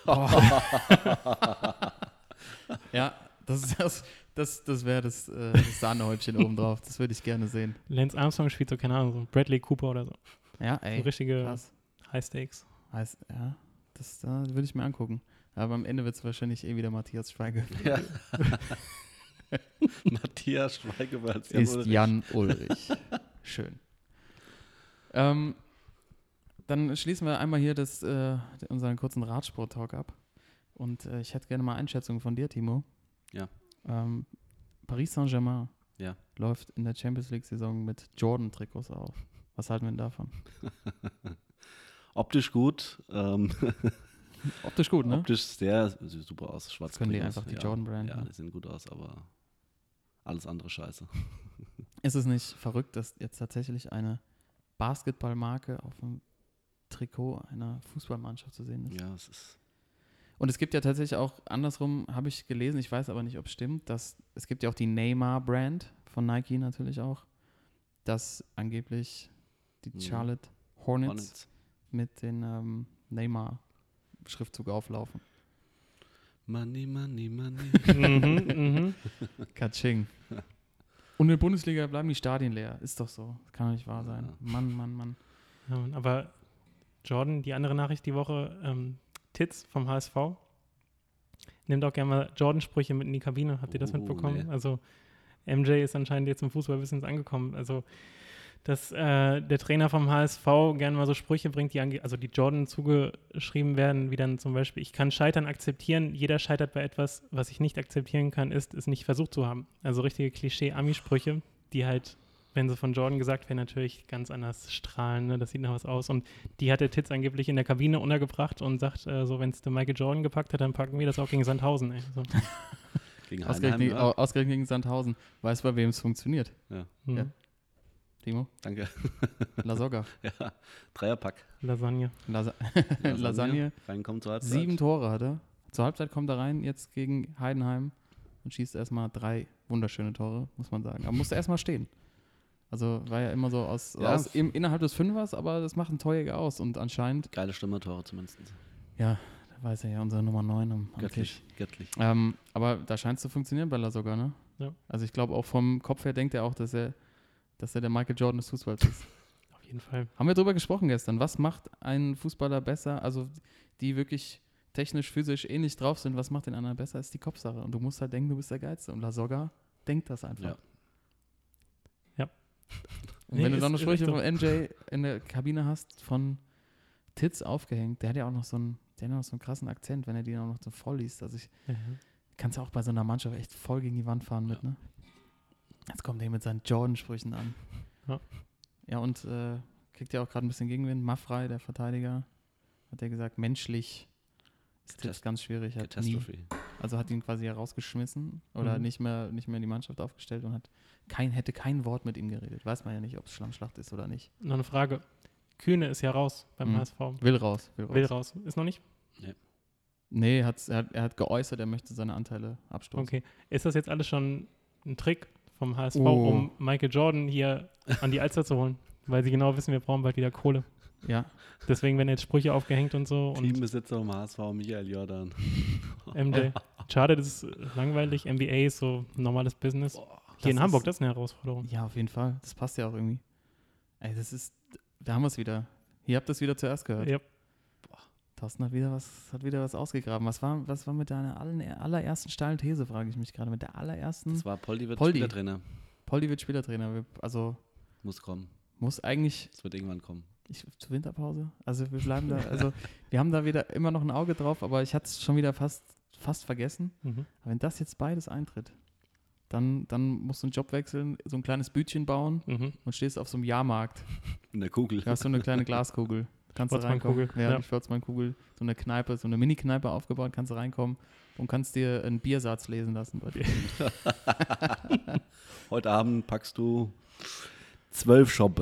Ja, das wäre das Sahnehäubchen oben drauf. Das würde ich gerne sehen. Lance Armstrong spielt so, keine Ahnung, so Bradley Cooper oder so. Ja, ey. So richtige High Stakes. Ja, das würde ich mir angucken. Aber am Ende wird es wahrscheinlich wieder Matthias Schweiger. Ja. Matthias Schweiger ist Jan Ullrich. Schön. Dann schließen wir einmal hier unseren kurzen Radsport-Talk ab. Und ich hätte gerne mal Einschätzungen von dir, Timo. Ja. Paris Saint-Germain läuft in der Champions League-Saison mit Jordan-Trikots auf. Was halten wir denn davon? Optisch gut. Optisch gut, ne? Optisch sehr super aus. Schwarz können die einfach die Jordan-Brand. Ja, die sehen gut aus, aber alles andere scheiße. Ist es nicht verrückt, dass jetzt tatsächlich eine Basketballmarke auf dem Trikot einer Fußballmannschaft zu sehen ist? Ja, es ist. Und es gibt ja tatsächlich auch, andersrum habe ich gelesen, ich weiß aber nicht, ob es stimmt, dass es gibt ja auch die Neymar-Brand von Nike natürlich auch, dass angeblich die Charlotte Hornets mit den Neymar-Schriftzug auflaufen. Money, money, money. Katsching. Und in der Bundesliga bleiben die Stadien leer. Ist doch so. Das kann doch nicht wahr sein. Ja. Mann. Ja, aber Jordan, die andere Nachricht die Woche, Titz vom HSV, nimmt auch gerne mal Jordan-Sprüche mit in die Kabine. Habt ihr das mitbekommen? Nee. Also MJ ist anscheinend jetzt im Fußballbusiness angekommen. Also dass der Trainer vom HSV gerne mal so Sprüche bringt, die Jordan zugeschrieben werden, wie dann zum Beispiel: Ich kann Scheitern akzeptieren, jeder scheitert bei etwas, was ich nicht akzeptieren kann, ist, es nicht versucht zu haben. Also richtige Klischee-Ami-Sprüche, die halt, wenn sie von Jordan gesagt werden, natürlich ganz anders strahlen, ne? Das sieht nach was aus. Und die hat der Titz angeblich in der Kabine untergebracht und sagt, so wenn es der Michael Jordan gepackt hat, dann packen wir das auch gegen Sandhausen. Ey. So. Gegen Ausgerechnet gegen Sandhausen. Weißt du, bei wem es funktioniert? Ja. Ja. Timo? Danke. La Soga. Ja, Dreierpack. Lasagne. Lasagne. Reinkommt zur Halbzeit. 7 Tore hat er. Zur Halbzeit kommt er rein, jetzt gegen Heidenheim und schießt erstmal 3 wunderschöne Tore, muss man sagen. Aber musste erstmal stehen. Also war ja immer so innerhalb des Fünfers, aber das macht ein Torjäger aus und anscheinend. Geile Stürmertore zumindest. Ja, da weiß er ja, unser Nummer 9 am Tisch. Göttlich. Aber da scheint es zu funktionieren bei La Soga, ne? Ja. Also ich glaube auch vom Kopf her denkt er auch, dass er der Michael Jordan des Fußballs ist. Auf jeden Fall. Haben wir drüber gesprochen gestern. Was macht einen Fußballer besser? Also die wirklich technisch, physisch ähnlich drauf sind, was macht den anderen besser, ist die Kopfsache. Und du musst halt denken, du bist der Geilste. Und La Soga denkt das einfach. Ja. Und wenn du dann noch Sprüche von MJ in der Kabine hast, von Titz aufgehängt, der hat ja auch noch so einen krassen Akzent, wenn er die auch noch so voll liest. Also kannst ja auch bei so einer Mannschaft echt voll gegen die Wand fahren mit, ne? Jetzt kommt er mit seinen Jordan-Sprüchen an. Ja, und kriegt ja auch gerade ein bisschen Gegenwind. Maffrey, der Verteidiger, hat ja gesagt, menschlich ist Titz ganz schwierig. Hat ihn quasi herausgeschmissen oder nicht mehr in die Mannschaft aufgestellt und hätte kein Wort mit ihm geredet. Weiß man ja nicht, ob es Schlammschlacht ist oder nicht. Noch eine Frage. Kühne ist ja raus beim HSV. Will raus. Ist noch nicht? Nee, er hat geäußert, er möchte seine Anteile abstoßen. Okay. Ist das jetzt alles schon ein Trick vom HSV, um Michael Jordan hier an die Alster zu holen? Weil sie genau wissen, wir brauchen bald wieder Kohle. Ja. Deswegen werden jetzt Sprüche aufgehehend und so. Teambesitzer vom HSV, Michael Jordan. MJ. Schade, das ist langweilig. NBA ist so ein normales Business. Hier in Hamburg, das ist eine Herausforderung. Ja, auf jeden Fall. Das passt ja auch irgendwie. Ey, da haben wir es wieder. Ihr habt das wieder zuerst gehört. Ja. Thorsten hat wieder was ausgegraben. Was war mit deiner allerersten steilen These, frage ich mich gerade. Mit der allerersten. Das war Poldi wird Spielertrainer. Poldi wird Spielertrainer. Muss kommen. Muss eigentlich. Es wird irgendwann kommen. Zur Winterpause. Also wir bleiben da. Also wir haben da wieder immer noch ein Auge drauf, aber ich hatte es schon wieder fast vergessen. Aber wenn das jetzt beides eintritt, dann musst du einen Job wechseln, so ein kleines Bütchen bauen und stehst auf so einem Jahrmarkt. In der Kugel. Du hast so eine kleine Glaskugel. Kannst du reinkommen. Ja, die Schwarzmann-Kugel. So eine Kneipe, so eine Mini-Kneipe aufgebaut, kannst du reinkommen und kannst dir einen Biersatz lesen lassen bei dir. Heute Abend packst du 12 Schoppe.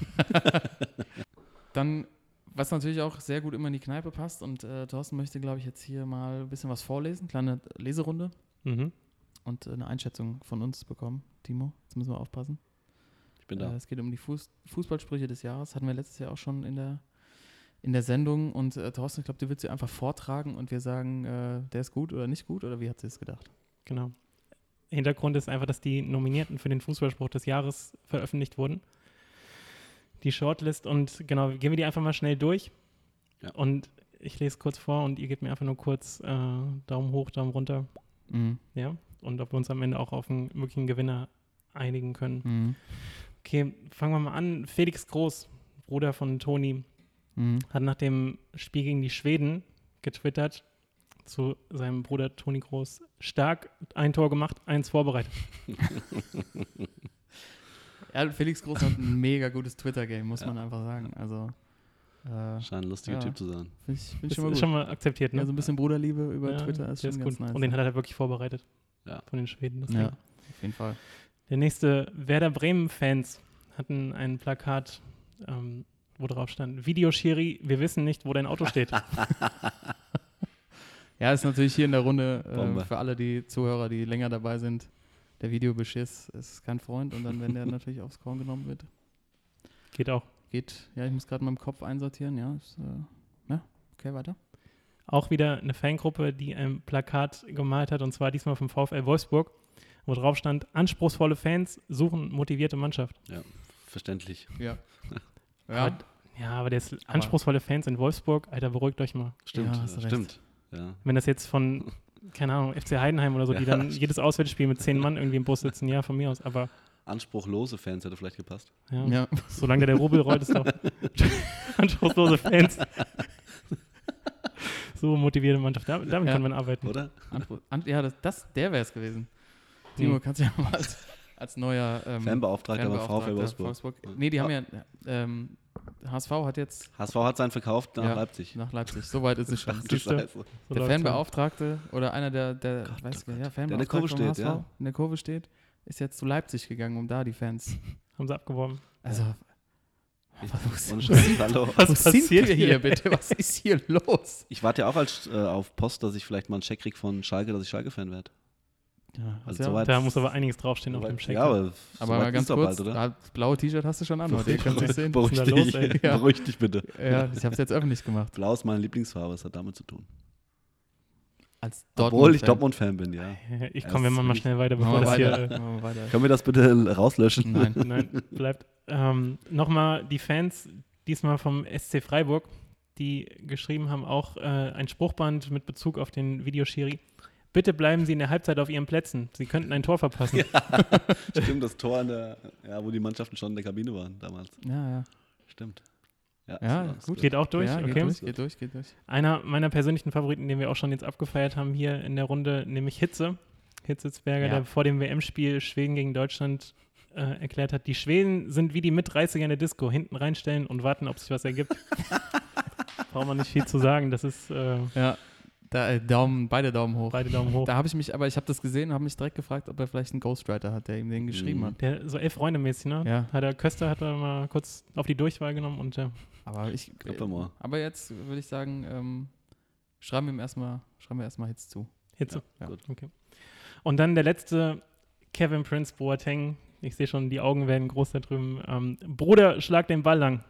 Dann, was natürlich auch sehr gut immer in die Kneipe passt und Thorsten möchte, glaube ich, jetzt hier mal ein bisschen was vorlesen, kleine Leserunde und eine Einschätzung von uns bekommen. Timo, jetzt müssen wir aufpassen. Ich bin da. Es geht um die Fußballsprüche des Jahres, hatten wir letztes Jahr auch schon in der Sendung und Thorsten, ich glaube, du willst sie einfach vortragen und wir sagen, der ist gut oder nicht gut oder wie hat sie es gedacht? Genau. Hintergrund ist einfach, dass die Nominierten für den Fußballspruch des Jahres veröffentlicht wurden. Die Shortlist und genau, gehen wir die einfach mal schnell durch. Ja. Und ich lese kurz vor und ihr gebt mir einfach nur kurz Daumen hoch, Daumen runter. Ja. Und ob wir uns am Ende auch auf einen möglichen Gewinner einigen können. Okay, fangen wir mal an. Felix Groß, Bruder von Toni, hat nach dem Spiel gegen die Schweden getwittert zu seinem Bruder Toni Groß: stark, ein Tor gemacht, 1 vorbereitet. Ja, Felix Groß hat ein mega gutes Twitter-Game, muss man einfach sagen. Also Scheint ein lustiger Typ zu sein. Find ich Das schon mal ist gut. schon mal akzeptiert, ne? Ja, so ein bisschen Bruderliebe über Twitter ist der schon ist ganz gut. nice. Und den hat er halt wirklich vorbereitet. Ja. Von den Schweden. Ja, Deswegen. auf jeden Fall. Der nächste Werder Bremen-Fans hatten ein Plakat, wo drauf stand: Videoschiri, wir wissen nicht, wo dein Auto steht. Ja, ist natürlich hier in der Runde Bombe. für alle die Zuhörer, die länger dabei sind. Der Videobeschiss ist kein Freund und dann, wenn der natürlich aufs Korn genommen wird, Geht auch. geht, ja, ich muss gerade in meinem Kopf einsortieren, ja. Ist, okay, weiter. Auch wieder eine Fangruppe, die ein Plakat gemalt hat, und zwar diesmal vom VfL Wolfsburg, wo drauf stand: anspruchsvolle Fans suchen motivierte Mannschaft. Ja, verständlich. Ja. Aber der ist anspruchsvolle Fans in Wolfsburg, Alter, beruhigt euch mal. Stimmt, Ja, hast du recht. stimmt. Ja. Wenn das jetzt von, keine Ahnung, FC Heidenheim oder so, die Ja. dann jedes Auswärtsspiel mit 10 Mann irgendwie im Bus sitzen, ja, von mir aus, aber Anspruchlose Fans hätte vielleicht gepasst. ja, Ja. solange der Rubel rollt, ist doch anspruchslose Fans. So motivierte Mannschaft, damit kann man arbeiten. Oder? Ja, der wäre es gewesen. Timo, kannst du ja mal als neuer Fanbeauftragter bei VfL Wolfsburg. Nee, die haben ja, HSV hat jetzt HSV hat seinen verkauft nach Ja. Leipzig. nach Leipzig, so weit ist es schon. Ach du Siehst du? Scheiße. So Der läuft's Fanbeauftragte oder einer der Gott, weiß Gott, ja, der in der Kurve Fanbeauftragte vom steht, HSV, ja. in der Kurve steht, ist jetzt zu Leipzig gegangen, um da die Fans. dann. Haben sie abgeworben. Also, Ohne Scheiß, hallo. Was wo sind passiert wir hier hier? bitte? Was ist hier los? Ich warte ja auch auf Post, dass ich vielleicht mal einen Check kriege von Schalke, dass ich Schalke-Fan werde. Ja, Also ja, soweit- Da muss aber einiges draufstehen auf dem Check. Ja, aber, aber soweit mal ist ganz doch kurz, bald, oder? das blaue T-Shirt hast du schon an heute, ihr könnt es sehen. Beruhig Was ist denn da los, dich, ey? Ja. beruhig dich bitte. Ja, ich habe es jetzt öffentlich gemacht. Blau ist meine Lieblingsfarbe, es hat damit zu tun. Als Obwohl ich Dortmund-Fan. Dortmund-Fan bin, ja. Ich Ja, komme, wir das machen mal ist schnell weiter, Machen bevor wir das hier... weiter. Machen wir weiter. Können wir das bitte rauslöschen? Nein. Nein, bleibt. Nochmal die Fans, diesmal vom SC Freiburg, die geschrieben haben, auch ein Spruchband mit Bezug auf den Videoschiri: Bitte bleiben Sie in der Halbzeit auf Ihren Plätzen. Sie könnten ein Tor verpassen. Stimmt, das Tor wo die Mannschaften schon in der Kabine waren damals. Ja. Stimmt. Ja, ist gut. Geht auch durch, Ja, okay. geht durch. Einer meiner persönlichen Favoriten, den wir auch schon jetzt abgefeiert haben hier in der Runde, nämlich Hitzelsberger, Ja. der vor dem WM-Spiel Schweden gegen Deutschland erklärt hat: Die Schweden sind wie die Mit-30er in der Disco, hinten reinstellen und warten, ob sich was ergibt. Braucht man nicht viel zu sagen, das ist Ja, beide Daumen hoch. beide Daumen hoch. Da habe ich mich, aber ich habe das gesehen und habe mich direkt gefragt, ob er vielleicht einen Ghostwriter hat, der ihm den geschrieben hat. Der so 11 Freunde mäßig, ne? Ja. Köster hat er mal kurz auf die Durchwahl genommen und Aber jetzt würde ich sagen, schreiben wir erstmal Hits zu. Hitze. Ja. Gut. Okay. Und dann der letzte, Kevin Prince Boateng. Ich sehe schon, die Augen werden groß da drüben. Bruder, schlag den Ball lang.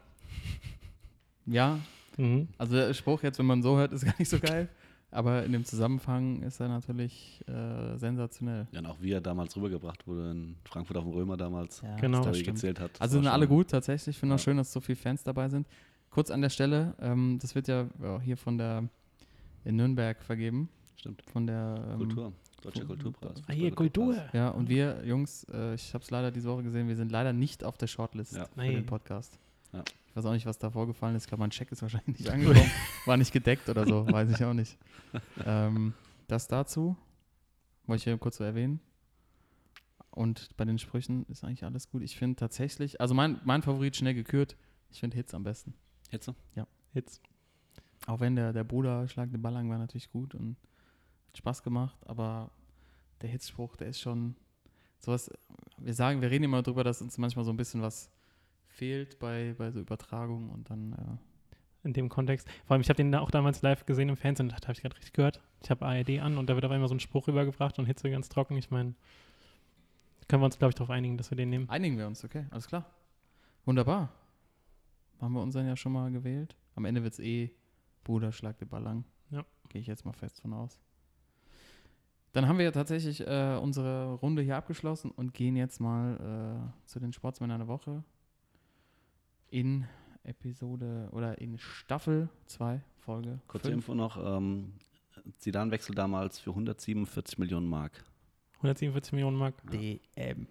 Ja, Mhm. also der Spruch jetzt, wenn man so hört, ist gar nicht so geil. Aber in dem Zusammenhang ist er natürlich sensationell. Ja, und auch wie er damals rübergebracht wurde in Frankfurt auf dem Römer damals. Ja, Genau. das Story stimmt. gezählt hat. Also sind Das war alle schon- gut tatsächlich. Ich finde auch Ja. schön, dass so viele Fans dabei sind. Kurz an der Stelle, das wird ja hier in Nürnberg vergeben. Stimmt. Von der Kultur. Deutscher Kulturpreis. Ah, hier, Kultur. Ja, und wir Jungs, ich habe es leider diese Woche gesehen, wir sind leider nicht auf der Shortlist Ja. für Nein. den Podcast. Ja. Ich weiß auch nicht, was da vorgefallen ist. Ich glaube, mein Check ist wahrscheinlich nicht angekommen. War nicht gedeckt oder so, weiß ich auch nicht. Das dazu wollte ich hier kurz so erwähnen. Und bei den Sprüchen ist eigentlich alles gut. Ich finde tatsächlich, also mein Favorit schnell gekürt, ich finde Hits am besten. Hitze? Jetzt. Auch wenn der Bruder Schlag den Ball lang war natürlich gut und hat Spaß gemacht, aber der Hitzspruch, der ist schon sowas, wir reden immer darüber, dass uns manchmal so ein bisschen was fehlt bei so Übertragungen und dann In dem Kontext. Vor allem, ich habe den auch damals live gesehen im Fernsehen, da habe ich gerade richtig gehört. Ich habe ARD an und da wird auf einmal so ein Spruch rübergebracht und Hitze ganz trocken. Ich meine, können wir uns, glaube ich, darauf einigen, dass wir den nehmen. einigen wir uns, okay, alles klar. Wunderbar. Haben wir unseren ja schon mal gewählt. Am Ende wird es Bruder Schlag den Ball lang. Ja. Gehe ich jetzt mal fest von aus. Dann haben wir ja tatsächlich unsere Runde hier abgeschlossen und gehen jetzt mal zu den Sportsmännern der Woche in Episode oder in Staffel 2, Folge Kurze 5. Info noch. Zidane-Wechsel damals für 147 Millionen Mark. 147 Millionen Mark. DM.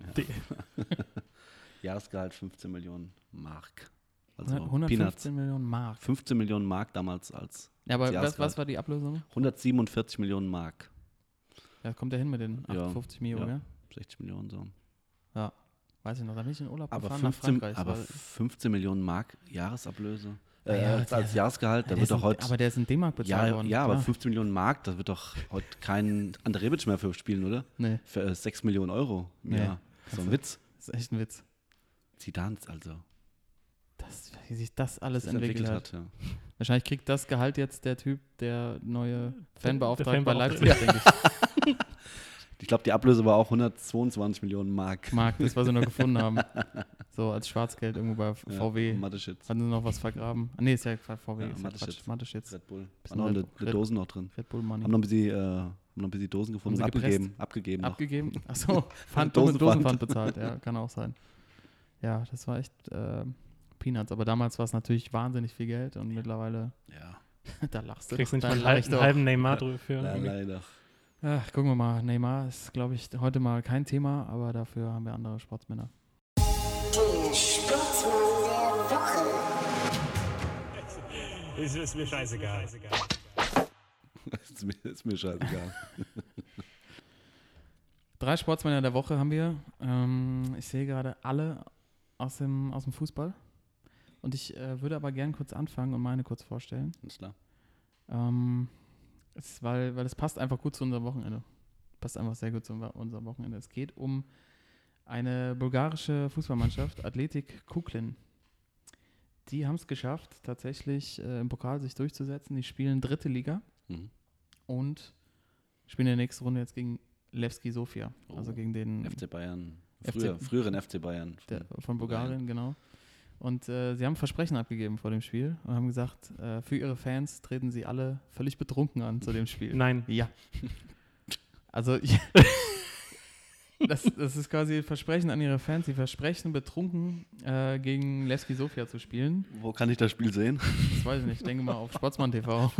Jahresgehalt 15 Millionen Mark. Also 115 Millionen Mark. 15 Millionen Mark damals als Ja, aber Jahresgehalt. was war die Ablösung? 147 Millionen Mark. Ja, kommt der hin mit den Ja, 58 Mio, ja. ja? 60 Millionen so. Ja. Weiß ich noch, da bin ich in Urlaub Aber gefahren nach 15, Frankreich. aber weil- 15 Millionen Mark Jahresablöse. als Jahresgehalt. Da wird doch heute. Aber der ist in D-Mark bezahlt worden. Ja, aber 15 Millionen Mark, da wird doch heute kein André Rebic mehr für spielen, oder? Nee. Für 6 Millionen Euro im Jahr. So ein Witz. Das ist echt ein Witz. Zidane also. Wie sich das alles entwickelt hat. Ja. Wahrscheinlich kriegt das Gehalt jetzt der Typ, der neue Fanbeauftragte bei Leipzig, denke ich. Ich glaube, die Ablöse war auch 122 Millionen Mark. Das, was sie noch gefunden haben. So als Schwarzgeld irgendwo bei VW. Mateschitz. Hatten sie noch was vergraben? Nee, ist ja VW. Ja, ist Mateschitz. Red Bull. War noch eine Dosen noch drin. Red Bull Money. Haben noch ein bisschen Dosen gefunden und abgegeben. Abgegeben? Achso, Dosenpfand bezahlt. Ja, kann auch sein. Ja, das war echt Peanuts. Aber damals war es natürlich wahnsinnig viel Geld und mittlerweile, da lachst du. Kriegst nicht mal einen halben Neymar drüber für. Leider. Ach, gucken wir mal. Neymar ist, glaube ich, heute mal kein Thema, aber dafür haben wir andere Sportsmänner. Der Sportsmann der Woche. Ist mir scheißegal. Ist mir scheißegal. 3 Sportsmänner der Woche haben wir. Ich sehe gerade alle aus dem Fußball. Und ich würde aber gern kurz anfangen und meine kurz vorstellen. Alles klar. Weil es passt einfach gut zu unserem Wochenende. Passt einfach sehr gut zu unserem Wochenende. Es geht um eine bulgarische Fußballmannschaft, Athletic Kuklin. Die haben es geschafft, tatsächlich im Pokal sich durchzusetzen. Die spielen 3. Liga und spielen in der nächsten Runde jetzt gegen Levski Sofia. Also gegen den FC Bayern. Früheren FC Bayern. Von Bulgarien, genau. Und sie haben Versprechen abgegeben vor dem Spiel und haben gesagt, für ihre Fans treten sie alle völlig betrunken an zu dem Spiel. Nein. Ja. Also, das ist quasi ein Versprechen an ihre Fans. Sie versprechen, betrunken gegen Levski Sofia zu spielen. Wo kann ich das Spiel sehen? Das weiß ich nicht. Ich denke mal auf Sportsmann TV.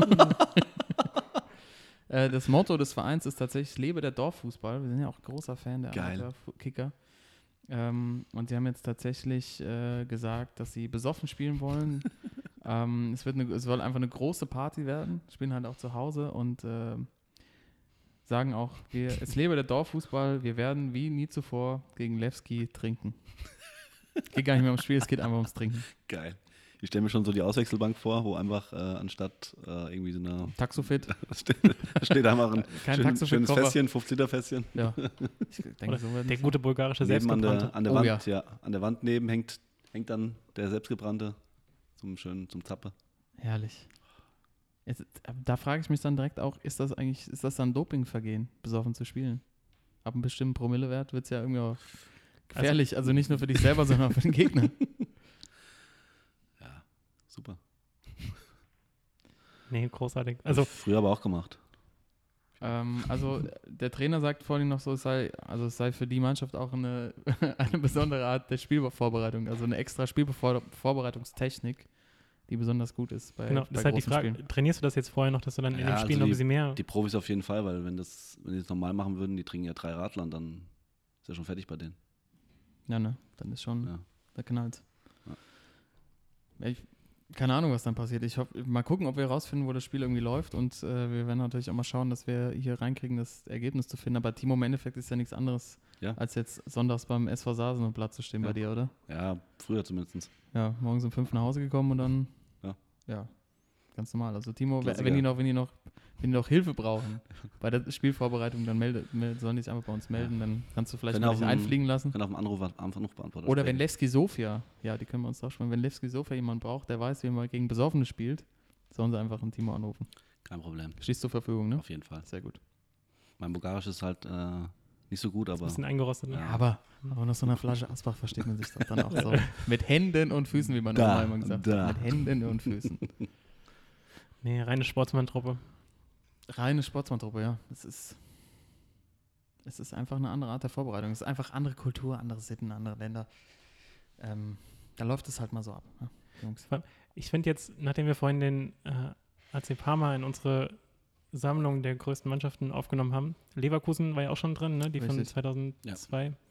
Das Motto des Vereins ist tatsächlich Lebe der Dorffußball. Wir sind ja auch großer Fan der Amateur-Kicker. Und sie haben jetzt tatsächlich gesagt, dass sie besoffen spielen wollen. Es soll einfach eine große Party werden. Spielen halt auch zu Hause und sagen auch, es lebe der Dorffußball, wir werden wie nie zuvor gegen Levski trinken. Geht gar nicht mehr ums Spiel, es geht einfach ums Trinken. Geil. Ich stelle mir schon so die Auswechselbank vor, wo einfach anstatt irgendwie so eine Taxofit steht einfach ein schönes Fässchen, 5-Liter-Fässchen. Ja. Ich denke, so der gute bulgarische Selbstgebrannte. An der Wand, an der Wand neben hängt dann der Selbstgebrannte zum Zappe. Herrlich. Da frage ich mich dann direkt auch, ist das dann Dopingvergehen, besoffen zu spielen? Ab einem bestimmten Promillewert wird es ja irgendwie auch gefährlich, also nicht nur für dich selber, sondern auch für den Gegner. Ja, super. Nee, großartig. Also früher aber auch gemacht. Also der Trainer sagt vorhin noch so, es sei für die Mannschaft auch eine besondere Art der Spielvorbereitung, also eine extra Spielvorbereitungstechnik, die besonders gut ist bei das ist halt die Frage, Spielen. Trainierst du das jetzt vorher noch, dass du dann in den Spielen noch ein bisschen mehr... Die Profis auf jeden Fall, weil wenn die das normal machen würden, die trinken ja 3 Radler und dann ist ja schon fertig bei denen. Ja, ne, dann ist schon, da knallt. Ja. Keine Ahnung, was dann passiert. Ich hoffe, mal gucken, ob wir rausfinden, wo das Spiel irgendwie läuft und wir werden natürlich auch mal schauen, dass wir hier reinkriegen, das Ergebnis zu finden. Aber Timo, im Endeffekt ist ja nichts anderes, als jetzt sonntags beim SV Sasen und Platz zu stehen bei dir, oder? Ja, früher zumindest. Ja, morgens um 5 nach Hause gekommen und dann, ja, ganz normal. Also Timo, wenn die noch Hilfe brauchen bei der Spielvorbereitung, dann sollen die sich einfach bei uns melden, dann kannst du vielleicht mal einfliegen lassen. Kann auf einen Anrufbeantworter oder wenn Levski Sofia, die können wir uns auch schon, wenn Levski Sofia jemand braucht, der weiß, wie man gegen Besoffene spielt, sollen sie einfach einen Timo anrufen. Kein Problem. Stehst zur Verfügung, ne? Auf jeden Fall. Sehr gut. Mein Bulgarisch ist halt nicht so gut, aber... Ein bisschen eingerostet. Ne? Ja, aber nach so einer Flasche Asbach versteht man sich doch dann auch so. Mit Händen und Füßen, wie man normal immer gesagt hat. Mit Händen und Füßen. Nee, reine Sportsmann-Truppe. Reine Sportsmann-Truppe, ja. Es ist einfach eine andere Art der Vorbereitung. Es ist einfach andere Kultur, andere Sitten, andere Länder. Da läuft es halt mal so ab, ne, Jungs. Ich finde jetzt, nachdem wir vorhin den AC Parma in unsere Sammlung der größten Mannschaften aufgenommen haben, Leverkusen war ja auch schon drin, ne? Die Richtig. von 2002. Ja.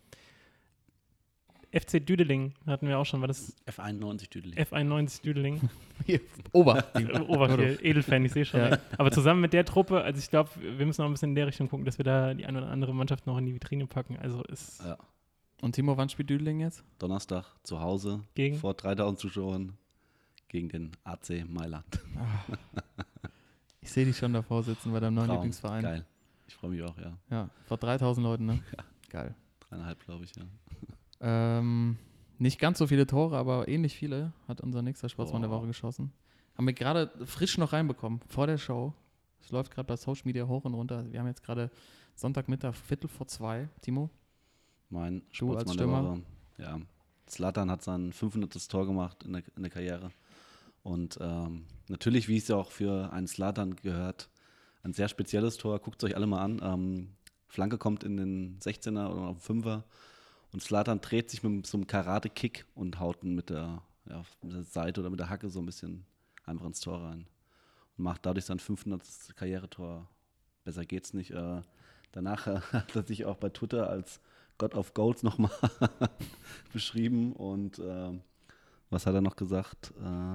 FC Düdeling hatten wir auch schon, war das F91 Düdeling. F91 Düdeling. Oberkiel, Edelfan, ich sehe schon. Ja. Aber zusammen mit der Truppe, also ich glaube, wir müssen noch ein bisschen in der Richtung gucken, dass wir da die eine oder andere Mannschaft noch in die Vitrine packen. Also ist. Ja. Und Timo, wann spielt Düdeling jetzt? Donnerstag zu Hause gegen? Vor 3000 Zuschauern gegen den AC Mailand. Ich sehe dich schon davor sitzen bei deinem neuen Traum. Lieblingsverein. Geil. Ich freue mich auch, ja. Ja, vor 3000 Leuten, ne? Ja. Geil. 3,5, glaube ich, ja. Nicht ganz so viele Tore, aber ähnlich viele hat unser nächster Sportsmann der Woche geschossen. Haben wir gerade frisch noch reinbekommen, vor der Show. Es läuft gerade bei Social Media hoch und runter. Wir haben jetzt gerade Sonntagmittag, 1:45. Timo? Mein Du als Sportsmann der Stürmer? Woche. Ja. Zlatan hat sein 500. Tor gemacht in der Karriere. Und natürlich, wie es ja auch für einen Zlatan gehört, ein sehr spezielles Tor. Guckt es euch alle mal an. Flanke kommt in den 16er oder auf den 5er. Und Zlatan dreht sich mit so einem Karate-Kick und haut ihn mit der Seite oder mit der Hacke so ein bisschen einfach ins Tor rein. Und macht dadurch sein 500. Karrieretor. Besser geht's nicht. Danach hat er sich auch bei Twitter als God of Goals nochmal beschrieben. Und was hat er noch gesagt?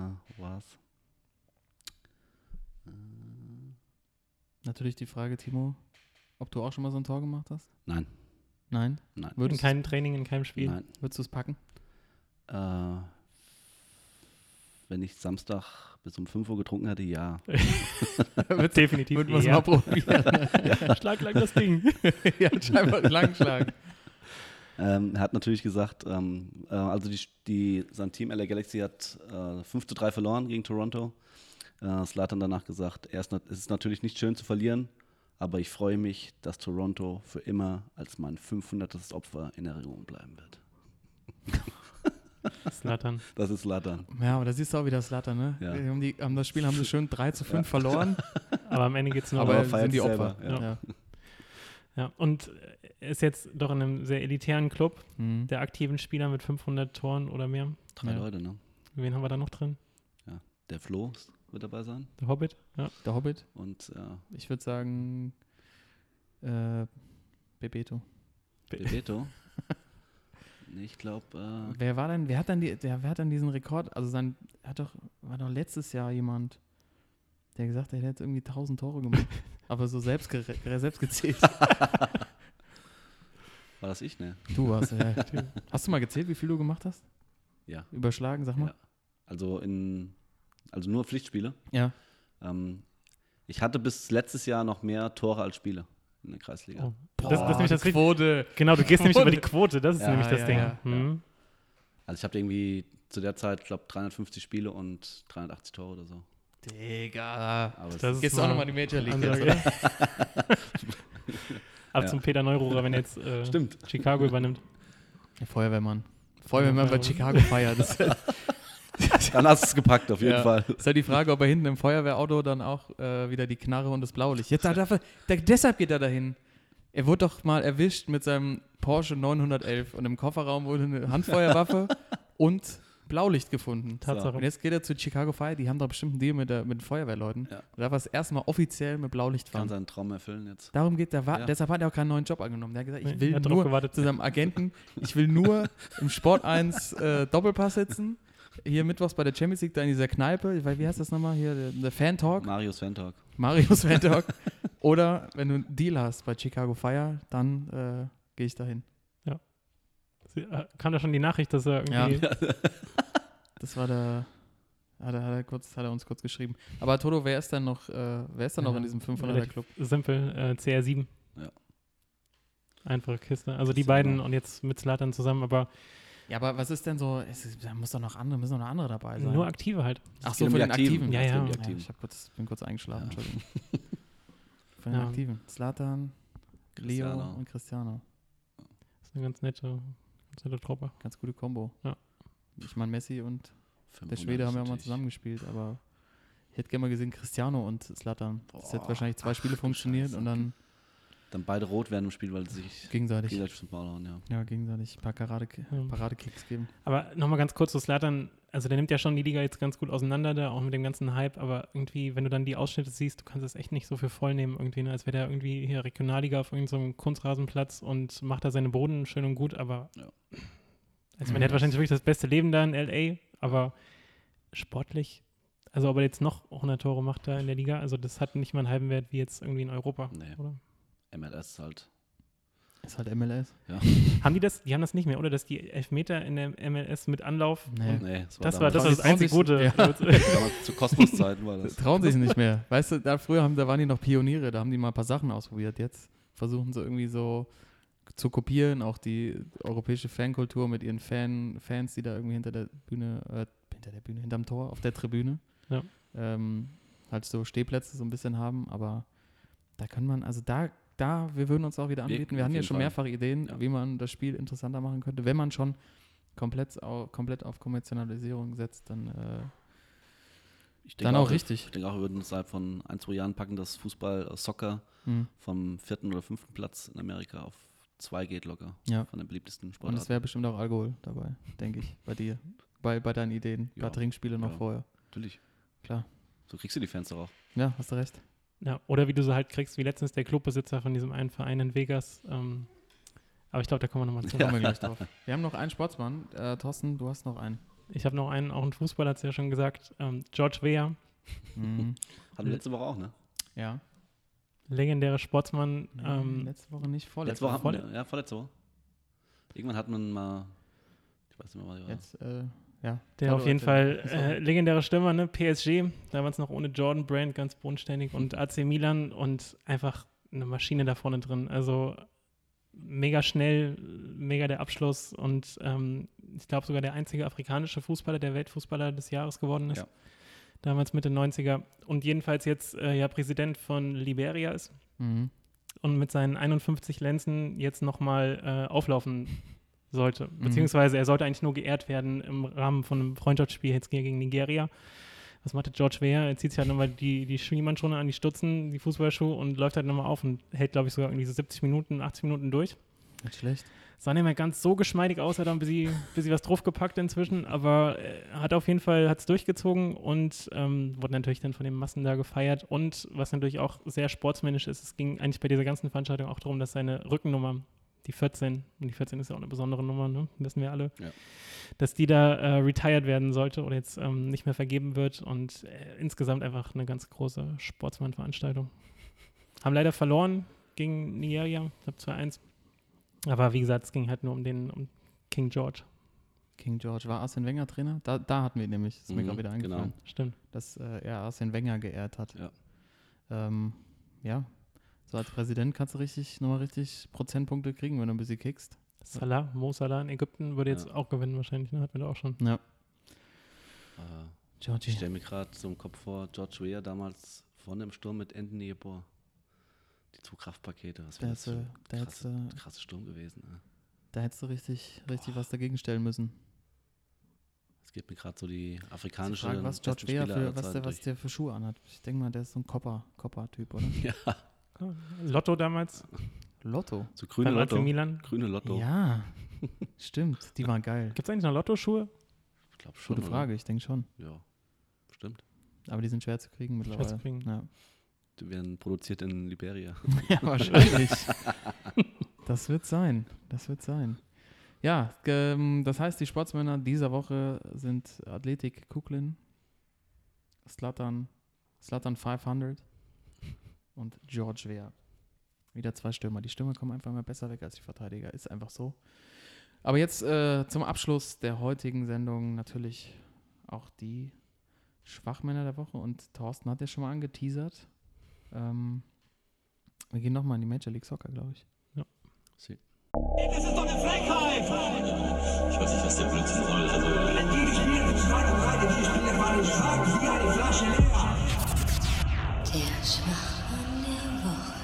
Natürlich die Frage, Timo, ob du auch schon mal so ein Tor gemacht hast? Nein. Nein? Nein. In keinem Training, in keinem Spiel. Nein. Würdest du es packen? Wenn ich Samstag bis um 5 Uhr getrunken hätte, ja. Definitiv. Würden wir es mal probieren. Schlag lang das Ding. Ja, scheinbar langschlagen. Er hat natürlich gesagt, also sein Team LA Galaxy hat 5:3 verloren gegen Toronto. Zlatan danach gesagt, es ist natürlich nicht schön zu verlieren, aber ich freue mich, dass Toronto für immer als mein 500. Opfer in Erinnerung bleiben wird. Zlatan. Das ist Zlatan. Ja, aber da siehst du auch wieder Zlatan, ne? Ja. Haben das Spiel haben sie schön 3:5 verloren, Aber am Ende geht es nur aber Aber sind feiert die sich Opfer. selber, Ja. Ja, und er ist jetzt doch in einem sehr elitären Club Mhm. der aktiven Spieler mit 500 Toren oder mehr. 3 Ja. Leute, ne? Wen haben wir da noch drin? Ja. Der Flo wird dabei sein. Der Hobbit? Ja. Der Hobbit. Und Ich würde sagen Bebeto. Bebeto. Nee, ich glaube, Wer hat dann diesen Rekord, also war doch letztes Jahr jemand, der gesagt hat, er hätte irgendwie 1000 Tore gemacht. Aber so selbst gezählt. war das ich, ne? Du warst, ja. Hast du mal gezählt, wie viel du gemacht hast? Ja. Überschlagen, sag mal. Ja. Also nur Pflichtspiele. Ja. Ich hatte bis letztes Jahr noch mehr Tore als Spiele in der Kreisliga. Oh. Das ist nämlich das Richtige. Quote. Genau, du gehst nämlich über die Quote, das ist Ja, nämlich das ja, Ding. ja. Mhm. Also ich habe irgendwie zu der Zeit, ich glaube, 350 Spiele und 380 Tore oder so. Digga. Aber es Das ist Gehst du auch mal nochmal in die Major League Ansage. jetzt, oder? Ab Ja. zum Peter Neururer, wenn er jetzt Stimmt. Chicago übernimmt. Der Feuerwehrmann bei Chicago feiert. Das Dann hast du es gepackt, auf jeden Ja. Fall. ist halt die Frage, ob er hinten im Feuerwehrauto dann auch wieder die Knarre und das Blaulicht. Jetzt deshalb geht er dahin. Er wurde doch mal erwischt mit seinem Porsche 911 und im Kofferraum wurde eine Handfeuerwaffe und Blaulicht gefunden. Tatsache. Und jetzt geht er zu Chicago Fire, die haben da bestimmt einen Deal mit den Feuerwehrleuten. Ja. Und da war es erstmal offiziell mit Blaulicht Kann fahren. seinen Traum erfüllen jetzt. Darum geht er, Ja. deshalb hat er auch keinen neuen Job angenommen. Der hat gesagt, Nee, ich will er hat drauf nur gewartet. zu seinem Agenten, ich will nur im Sport 1 Doppelpass sitzen. Hier mittwochs bei der Champions League, da in dieser Kneipe, weil wie heißt das nochmal hier, der Fan Talk, Marius Fan-Talk. Marius Fan Talk. Oder wenn du einen Deal hast bei Chicago Fire, dann gehe ich dahin. Kam da schon die Nachricht, dass er irgendwie. Das war hat er uns kurz geschrieben. Aber Toto, wer ist denn noch in diesem 500er Club? Simpel, CR7. Ja. Einfache Kiste. Also die ist beiden genau. und jetzt mit Zlatan zusammen, aber Ja, aber was ist denn so, da müssen doch noch andere dabei sein. nur Aktive halt. Ach Es so, geht um für die den Aktiven. Aktiven. Ja, Es geht ja. um die Ja, Aktiven. ich bin kurz eingeschlafen, Ja. Entschuldigung. Von den Ja. Aktiven. Zlatan, Leo Cristiano. und Cristiano. Das ist eine ganz nette Truppe. Ganz gute Kombo. Ja. Ich meine, Messi und der 500 Schwede haben ja ist mal natürlich- zusammengespielt, aber ich hätte gerne mal gesehen, Cristiano und Zlatan. Das hätte Boah, wahrscheinlich 2 Spiele ach, funktioniert Scheiße. und dann Dann beide rot werden im Spiel, weil sie sich gegenseitig zum Maul hauen, ja. ein paar Paradekicks geben. Aber nochmal ganz kurz zu Zlatan. Also der nimmt ja schon die Liga jetzt ganz gut auseinander, da auch mit dem ganzen Hype, aber irgendwie, wenn du dann die Ausschnitte siehst, du kannst es echt nicht so für voll nehmen irgendwie, ne? Als wäre der irgendwie hier Regionalliga auf irgendeinem so Kunstrasenplatz und macht da seine Boden schön und gut, aber Ja. also man hat wahrscheinlich wirklich das beste Leben da in L.A., aber sportlich, also ob er jetzt noch 100 Tore macht da in der Liga, also das hat nicht mal einen halben Wert wie jetzt irgendwie in Europa, Nee. oder? MLS ist halt Ist halt MLS. Ja. Haben die haben das nicht mehr, oder? Dass die Elfmeter in der MLS mit Anlauf. Nee. Das war damals- das einzig Gute. Ja. Damals zu Kosmos-Zeiten war das. Trauen sich nicht mehr. Weißt du, da waren die noch Pioniere, da haben die mal ein paar Sachen ausprobiert. Jetzt versuchen sie irgendwie so zu kopieren, auch die europäische Fankultur mit ihren Fans, die da irgendwie hinterm Tor, auf der Tribüne. Ja. Halt so Stehplätze so ein bisschen haben, aber da kann man, also wir würden uns auch wieder anbieten. Wir hatten ja schon mehrfach Ideen, wie man das Spiel interessanter machen könnte. Wenn man schon komplett auf Kommerzialisierung setzt, dann auch richtig. Ich denke auch, wir würden innerhalb von 1-2 Jahren packen, dass Soccer vom 4. oder 5. Platz in Amerika auf 2 geht locker. Ja. Von den beliebtesten Und Sportarten. es wäre bestimmt auch Alkohol dabei, denke ich, bei dir. Bei deinen Ideen. Ein paar Trinkspiele noch vorher. Natürlich. Klar. So kriegst du die Fans doch auch. Ja, hast du recht. Ja, oder wie du so halt kriegst, wie letztens der Clubbesitzer von diesem einen Verein in Vegas. Aber ich glaube, da kommen wir nochmal zu. Kommen wir gleich drauf. Wir haben noch einen Sportsmann. Thorsten, du hast noch einen. Ich habe noch einen, auch einen Fußballer, hat es ja schon gesagt. George Weah, Hatten wir letzte Woche auch, ne? Ja. legendärer Sportsmann. Letzte Woche nicht, vorletzte Letzte Woche. Vorletzte Woche. Irgendwann hat man mal, ich weiß nicht mehr, was war. Jetzt, Der auf jeden Fall legendäre Stürmer, ne? PSG, damals noch ohne Jordan Brand, ganz bodenständig, und AC Milan und einfach eine Maschine da vorne drin. Also mega schnell, mega der Abschluss und ich glaube sogar der einzige afrikanische Fußballer, der Weltfußballer des Jahres geworden ist. Ja. Damals Mitte 90er. Und jedenfalls jetzt Präsident von Liberia ist und mit seinen 51 Lenzen jetzt nochmal auflaufen sollte. Beziehungsweise er sollte eigentlich nur geehrt werden im Rahmen von einem Freundschaftsspiel jetzt gegen Nigeria. Was macht der George Weah? Er zieht sich halt nochmal die Schneemannschoner an die Stutzen, die Fußballschuhe und läuft halt nochmal auf und hält, glaube ich, sogar irgendwie so 70 Minuten, 80 Minuten durch. Nicht schlecht. Sah nicht mehr ganz so geschmeidig aus, hat er ein bisschen was draufgepackt inzwischen, aber hat auf jeden Fall, hat's durchgezogen und wurde natürlich dann von den Massen da gefeiert. Und was natürlich auch sehr sportsmännisch ist, es ging eigentlich bei dieser ganzen Veranstaltung auch darum, dass seine Rückennummer, die 14, und die 14 ist ja auch eine besondere Nummer, ne? Wissen wir alle, dass die da retired werden sollte oder jetzt nicht mehr vergeben wird und insgesamt einfach eine ganz große Sportsmann-Veranstaltung. Haben leider verloren gegen Nigeria, ich glaube 2-1. Aber wie gesagt, es ging halt nur um King George. King George. War Arsene Wenger Trainer? Da hatten wir nämlich, ist mir gerade wieder eingefallen. Genau. Stimmt. Dass er Arsene Wenger geehrt hat. Ja. So als Präsident kannst du nochmal richtig Prozentpunkte kriegen, wenn du ein bisschen kickst. Mo Salah in Ägypten würde jetzt auch gewinnen wahrscheinlich, ne? Hatten wir da auch schon. Ja. Ich stelle mir gerade so im Kopf vor, George Weah damals vorne im Sturm mit Anthony Yeboah. Die Zugkraftpakete, was wäre das für ein krasser Sturm gewesen. Ne? Da hättest du richtig was dagegen stellen müssen. Es gibt mir gerade so die afrikanische Frage, was George Weah was der für Schuhe anhat. Ich denke mal, der ist so ein Copper-Typ, oder? Ja. Lotto damals. Lotto? So grüne Beim AC Lotto. Milan. Grüne Lotto. Ja, stimmt. Die waren geil. Gibt es eigentlich noch Lotto-Schuhe? Ich glaube schon. Gute Frage, ich denke schon. Ja, bestimmt. Aber die sind schwer zu kriegen mittlerweile. Schwer zu kriegen. Ja. Die werden produziert in Liberia. Ja, wahrscheinlich. Das wird sein. Ja, das heißt, die Sportsmänner dieser Woche sind Athletik Kuklin, Zlatan 500 und George Weah. Wieder 2 Stürmer. Die Stürmer kommen einfach immer besser weg als die Verteidiger. Ist einfach so. Aber jetzt zum Abschluss der heutigen Sendung natürlich auch die Schwachmänner der Woche. Und Thorsten hat ja schon mal angeteasert. Wir gehen nochmal in die Major League Soccer, glaube ich. Ja. Sie. Das ist doch eine Frechheit! Ich weiß nicht, was der Blödsinn soll. Also, wenn die spielen mit Schwein und Reite, die spielen mal den Schrank, wie eine Flasche leer. Der Schwachmann der Woche.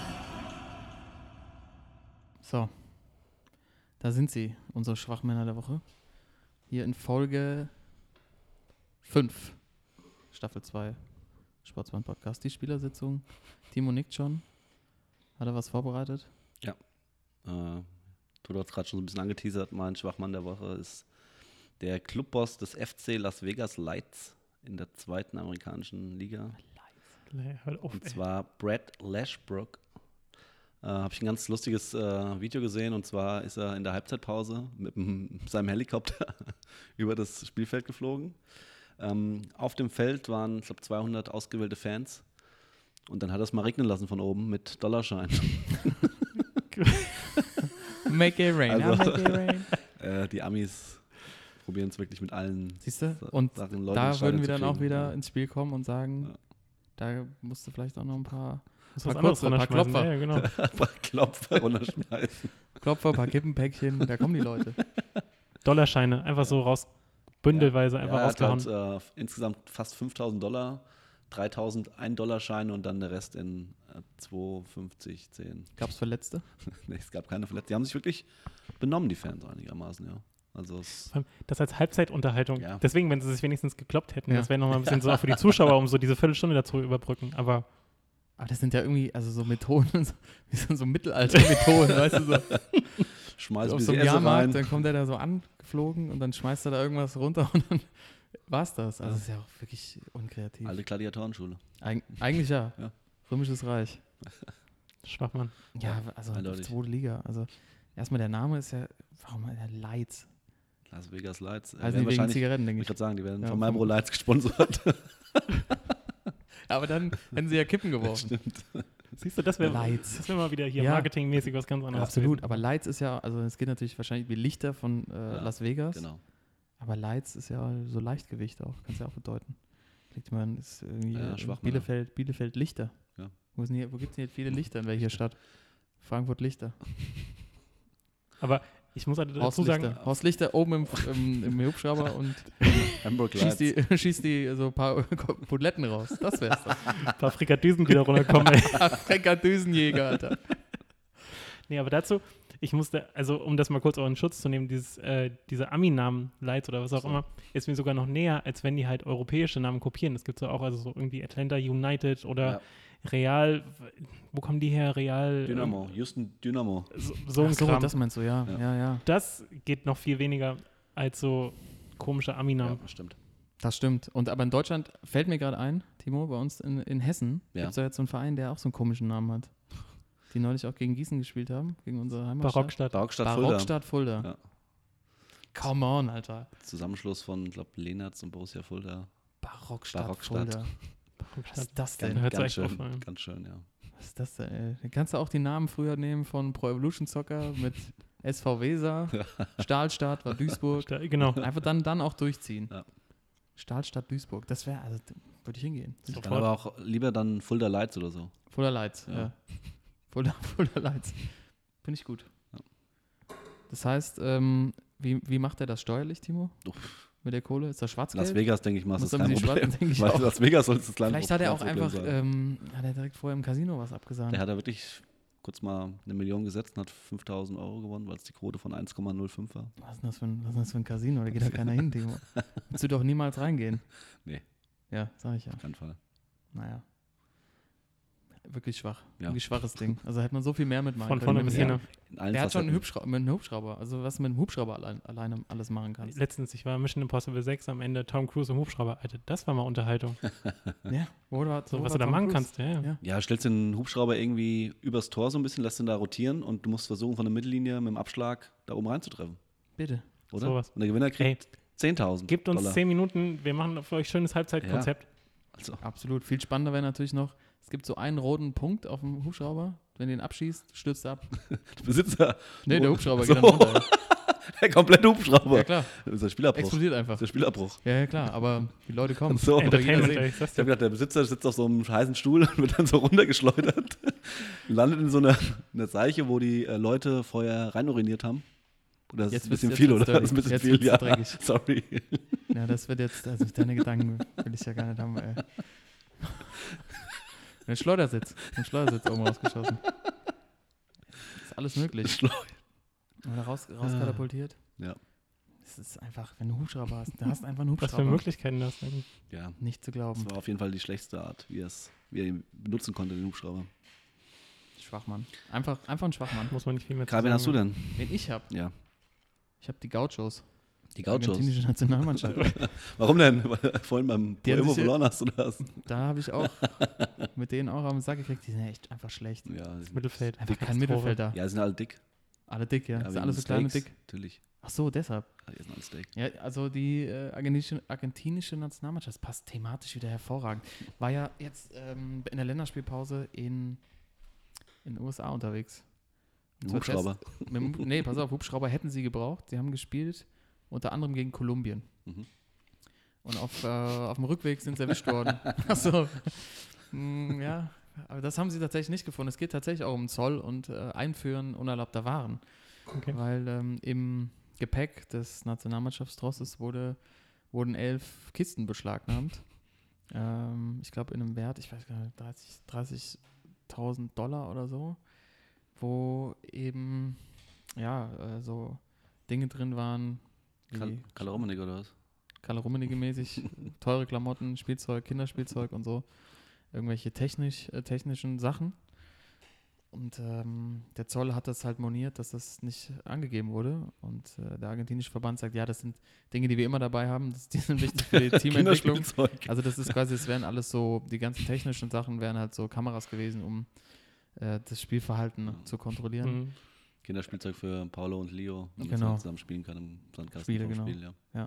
So, da sind sie, unsere Schwachmänner der Woche. Hier in Folge 5, Staffel 2, Sportsmann-Podcast, die Spielersitzung. Timo nickt schon. Hat er was vorbereitet? Ja. Du hast gerade schon so ein bisschen angeteasert. Mein Schwachmann der Woche ist der Clubboss des FC Las Vegas Lights in der 2. amerikanischen Liga. Hör auf, Und zwar Brad Lashbrook. Habe ich ein ganz lustiges Video gesehen, und zwar ist er in der Halbzeitpause mit seinem Helikopter über das Spielfeld geflogen. Auf dem Feld waren, ich glaube, 200 ausgewählte Fans, und dann hat er es mal regnen lassen von oben mit Dollarscheinen. Make it rain, Also- make it rain. Die Amis probieren es wirklich mit allen Siehst du? Sa- Und Sachen, Leute da ins Stadion würden wir zu dann auch kriegen. wieder Ja. ins Spiel kommen und sagen, Ja. da musst du vielleicht auch noch ein paar Muss was Paar anderes kurze, paar runterschmeißen. Klopfer. Ja, genau. Einfach Klopfer runterschmeißen. Klopfer, ein paar Kippenpäckchen, da kommen die Leute. Dollarscheine, einfach so raus, bündelweise einfach er hat rausgehauen. halt, insgesamt fast $5.000, 3.000 $1-Scheine und dann der Rest in 2,50, 10. Gab's Verletzte? Nee, es gab keine Verletzten. Die haben sich wirklich benommen, die Fans einigermaßen, ja. Also es, Vor allem Das als Halbzeitunterhaltung. Ja. Deswegen, wenn sie sich wenigstens gekloppt hätten, Ja. das wäre nochmal ein bisschen so auch für die Zuschauer, um so diese Viertelstunde dazu überbrücken. Aber Aber das sind ja irgendwie, also so Methoden, wie so Mittelalter-Methoden, weißt du, so. schmeiß Auf ein so einem bisschen Esse Jahrmarkt, rein. dann kommt der da so angeflogen und dann schmeißt er da irgendwas runter und dann war's das. Also Ja. das ist ja auch wirklich unkreativ. Alte Gladiatorenschule. Eigentlich ja. Ja. Römisches Reich. Schwachmann. Ja, also eindeutig. zweite Liga. Also erstmal der Name ist ja, warum der Lights? Las Vegas Lights. Also werden nicht wegen wahrscheinlich, Zigaretten, ich denke wollte ich. gerade sagen, die werden Ja, von vom- Marlboro Lights gesponsert. Aber dann hätten sie ja Kippen geworfen. Stimmt. Siehst du, das wäre Lights. mal wieder hier Ja. marketingmäßig was ganz anderes. Absolut, gewesen. aber Lights ist ja, also es geht natürlich wahrscheinlich wie Lichter von Las Vegas, Genau. aber Lights ist ja so Leichtgewicht auch, kann es ja auch bedeuten. Liegt man, ist irgendwie Ja, schwach, Bielefeld Lichter. Ja. Wo gibt es denn jetzt viele Lichter in welcher Stadt? Frankfurt Lichter. Aber ich muss halt dazu sagen, Horst Lichter oben im Hubschrauber und Hamburg schießt Lights. die so ein paar Buletten raus. Das wär's doch. ein paar Frikadüsen, die da runterkommen. Ey. Frikadüsenjäger, Alter. Nee, aber dazu, ich musste, also um das mal kurz auch in Schutz zu nehmen, diese Ami-Namen, Lights oder was auch immer, ist mir sogar noch näher, als wenn die halt europäische Namen kopieren. Das gibt es ja auch, also so irgendwie Atlanta United oder Ja. Real, wo kommen die her? Real. Dynamo, Houston Dynamo. So ein Ach so, Kram. das meinst du, ja. Ja. Ja. Das geht noch viel weniger als so komische Ami-Namen. Ja, stimmt. Das stimmt. Aber in Deutschland fällt mir gerade ein, Timo, bei uns in Hessen Ja. gibt es ja jetzt so einen Verein, der auch so einen komischen Namen hat. Die neulich auch gegen Gießen gespielt haben, gegen unsere Heimatstadt. Barockstadt. Barockstadt Fulda. Fulda. Ja. Come on, Alter. Zusammenschluss von, ich glaube, Lehnertz und Borussia Fulda. Barockstadt. Fulda. Was ist das Da denn? hört's Ganz echt schön, auf, ey. ganz schön, ja. Was ist das denn, ey? Da kannst du auch die Namen früher nehmen von Pro Evolution Soccer mit SV Weser, Stahlstadt war Duisburg. Genau. Einfach dann auch durchziehen. Ja. Stahlstadt Duisburg, das wäre, also würde ich hingehen. Sofort. Dann aber auch lieber dann Fulda Lights oder so. Fulda Lights, Ja. ja. Fulda Lights. Finde ich gut. Ja. Das heißt, wie macht er das steuerlich, Timo? Uff. Mit der Kohle? Ist das Schwarzgeld? Las Vegas, denke ich mal, ist Muss das ein kein bisschen Problem. schwarz, denke ich Weil auch. Las Vegas soll es das kleine Vielleicht hat er auch Problem einfach, sein. hat er direkt vorher im Casino was abgesahnt. Der hat da wirklich kurz mal 1 Million gesetzt und hat 5.000 Euro gewonnen, weil es die Quote von 1,05 war. Was ist das für ein Casino? Da geht ja keiner hin, Timo. Willst du doch niemals reingehen? Nee. Ja, sag ich ja. Auf keinen Fall. Naja. Wirklich schwach. Ja. Wirklich schwaches Ding. Also hätte man so viel mehr mitmachen Von können. vorne bis mit- hinten. In allen Der hat schon einen Facetten. mit einem Hubschrauber. Also was du mit einem Hubschrauber alleine alles machen kannst. Letztens, ich war Mission Impossible 6 am Ende, Tom Cruise im Hubschrauber. Alter, das war mal Unterhaltung. Ja, So, was du da machen kannst, ja. Ja. Ja, stellst den Hubschrauber irgendwie übers Tor so ein bisschen, lässt ihn da rotieren und du musst versuchen, von der Mittellinie mit dem Abschlag da oben reinzutreffen. Bitte. Oder? Sowas. Und der Gewinner kriegt 10.000 Gebt uns Dollar. 10 Minuten, wir machen für euch schönes Halbzeitkonzept. Also, Absolut. Viel spannender wäre natürlich noch, es gibt so einen roten Punkt auf dem Hubschrauber. Wenn du den abschießt, stürzt er ab. der Besitzer. Nee, der Hubschrauber So. geht dann runter. Der komplette Hubschrauber. Ja, klar. Das ist der Spielabbruch. Explodiert Das einfach. ist der Spielabbruch. Ja, klar. Aber die Leute kommen. So. Entertainment, jeder ey, ich sag's Ich habe dir. gedacht, der Besitzer sitzt auf so einem heißen Stuhl und wird dann so runtergeschleudert. Landet in so einer Seiche, wo die Leute vorher reinuriniert haben. Oder das Jetzt ist ein bisschen wird's- viel, jetzt oder? wird's Das ist ein bisschen jetzt viel, wird's ja. dreckig. Sorry. Ja, das wird jetzt, also deine Gedanken will ich ja gar nicht haben, ey. Ein Schleudersitz oben rausgeschossen. Ist alles möglich. Oder rauskatapultiert. Ja. Es ist einfach, wenn du einen Hubschrauber hast, da hast du einfach einen Was für Hubschrauber. Möglichkeiten das denn? Ja. Nicht zu glauben. Das war auf jeden Fall die schlechteste Art, wie er ihn benutzen konnte, den Hubschrauber. Schwachmann. Einfach ein Schwachmann. Muss man nicht viel mehr Kai, wen hast du denn? Wen ich habe? Ja. Ich habe die Gauchos. Die Gauchos. Argentinische Nationalmannschaft. Warum denn? Weil du vorhin beim Die haben Poemo sich- verloren hast, oder was? Da habe ich auch mit denen auch auf den Sack gekriegt. Die sind ja echt einfach schlecht. Ja, Mittelfeld. Einfach kein Katastrophe. Mittelfeld da. ja, die sind alle dick. Alle dick, ja. Ja, Sind alle so kleine dick. Natürlich. Ach so, deshalb. Ja, die sind alle Steak. Ja, also die argentinische Nationalmannschaft, das passt thematisch wieder hervorragend. War ja jetzt in der Länderspielpause in den USA unterwegs. Hubschrauber. Nee, pass auf, Hubschrauber hätten sie gebraucht. Sie haben gespielt, unter anderem gegen Kolumbien. Mhm. Und auf dem Rückweg sind sie erwischt worden. Achso. Ja, aber das haben sie tatsächlich nicht gefunden. Es geht tatsächlich auch um Zoll und Einführen unerlaubter Waren. Okay. Weil im Gepäck des Nationalmannschaftstrosses wurden 11 Kisten beschlagnahmt. Ich glaube in einem Wert, ich weiß gar nicht, $30.000 oder so, wo eben so Dinge drin waren wie Kalle Rummenigge oder was? Kalle Rummenigge-mäßig, teure Klamotten, Spielzeug, Kinderspielzeug und so, irgendwelche technischen Sachen. Und der Zoll hat das halt moniert, dass das nicht angegeben wurde. Und der argentinische Verband sagt, ja, das sind Dinge, die wir immer dabei haben. Die sind wichtig für die Teamentwicklung. Also das ist quasi, es wären alles so, die ganzen technischen Sachen wären halt so Kameras gewesen, um das Spielverhalten zu kontrollieren. Mhm. Kinderspielzeug für Paulo und Leo, damit Genau. man zusammen spielen kann im Sandkasten vom Genau. Spiel, ja.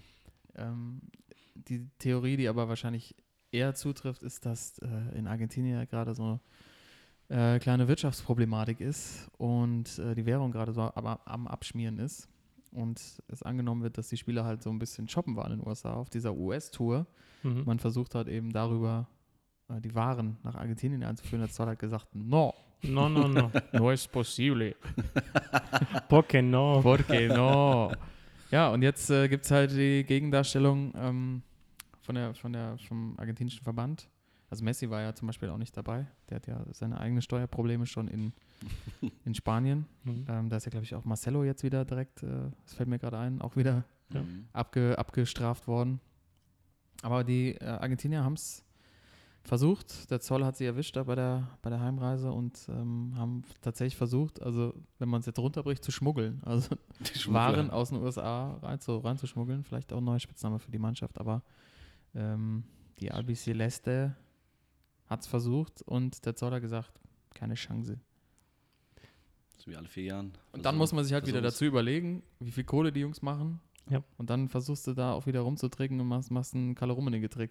Die Theorie, die aber wahrscheinlich eher zutrifft, ist, dass in Argentinien ja gerade so kleine Wirtschaftsproblematik ist und die Währung gerade so am Abschmieren ist und es angenommen wird, dass die Spieler halt so ein bisschen shoppen waren in den USA auf dieser US-Tour. Mhm. Man versucht hat eben darüber die Waren nach Argentinien einzuführen. Der Zoll hat gesagt, no es posible. Porque no. Porque no. Ja, und jetzt gibt es halt die Gegendarstellung vom argentinischen Verband. Also Messi war ja zum Beispiel auch nicht dabei. Der hat ja seine eigenen Steuerprobleme schon in Spanien. Mhm. Da ist ja, glaube ich, auch Marcelo jetzt wieder direkt, das fällt mir gerade ein, auch wieder Ja. abgestraft worden. Aber die Argentinier haben es versucht. Der Zoll hat sie erwischt da bei der Heimreise und haben tatsächlich versucht, also wenn man es jetzt runterbricht, zu schmuggeln. Also Waren aus den USA reinzuschmuggeln. Vielleicht auch ein neuer Spitzname für die Mannschaft, aber die Albiceleste hat es versucht und der Zoll hat gesagt, keine Chance. So wie alle 4 Jahren. Und dann muss man sich halt wieder dazu überlegen, wie viel Kohle die Jungs machen. Ja. Und dann versuchst du da auch wieder rumzutricken und machst einen Kalle Rummenigge-Trick.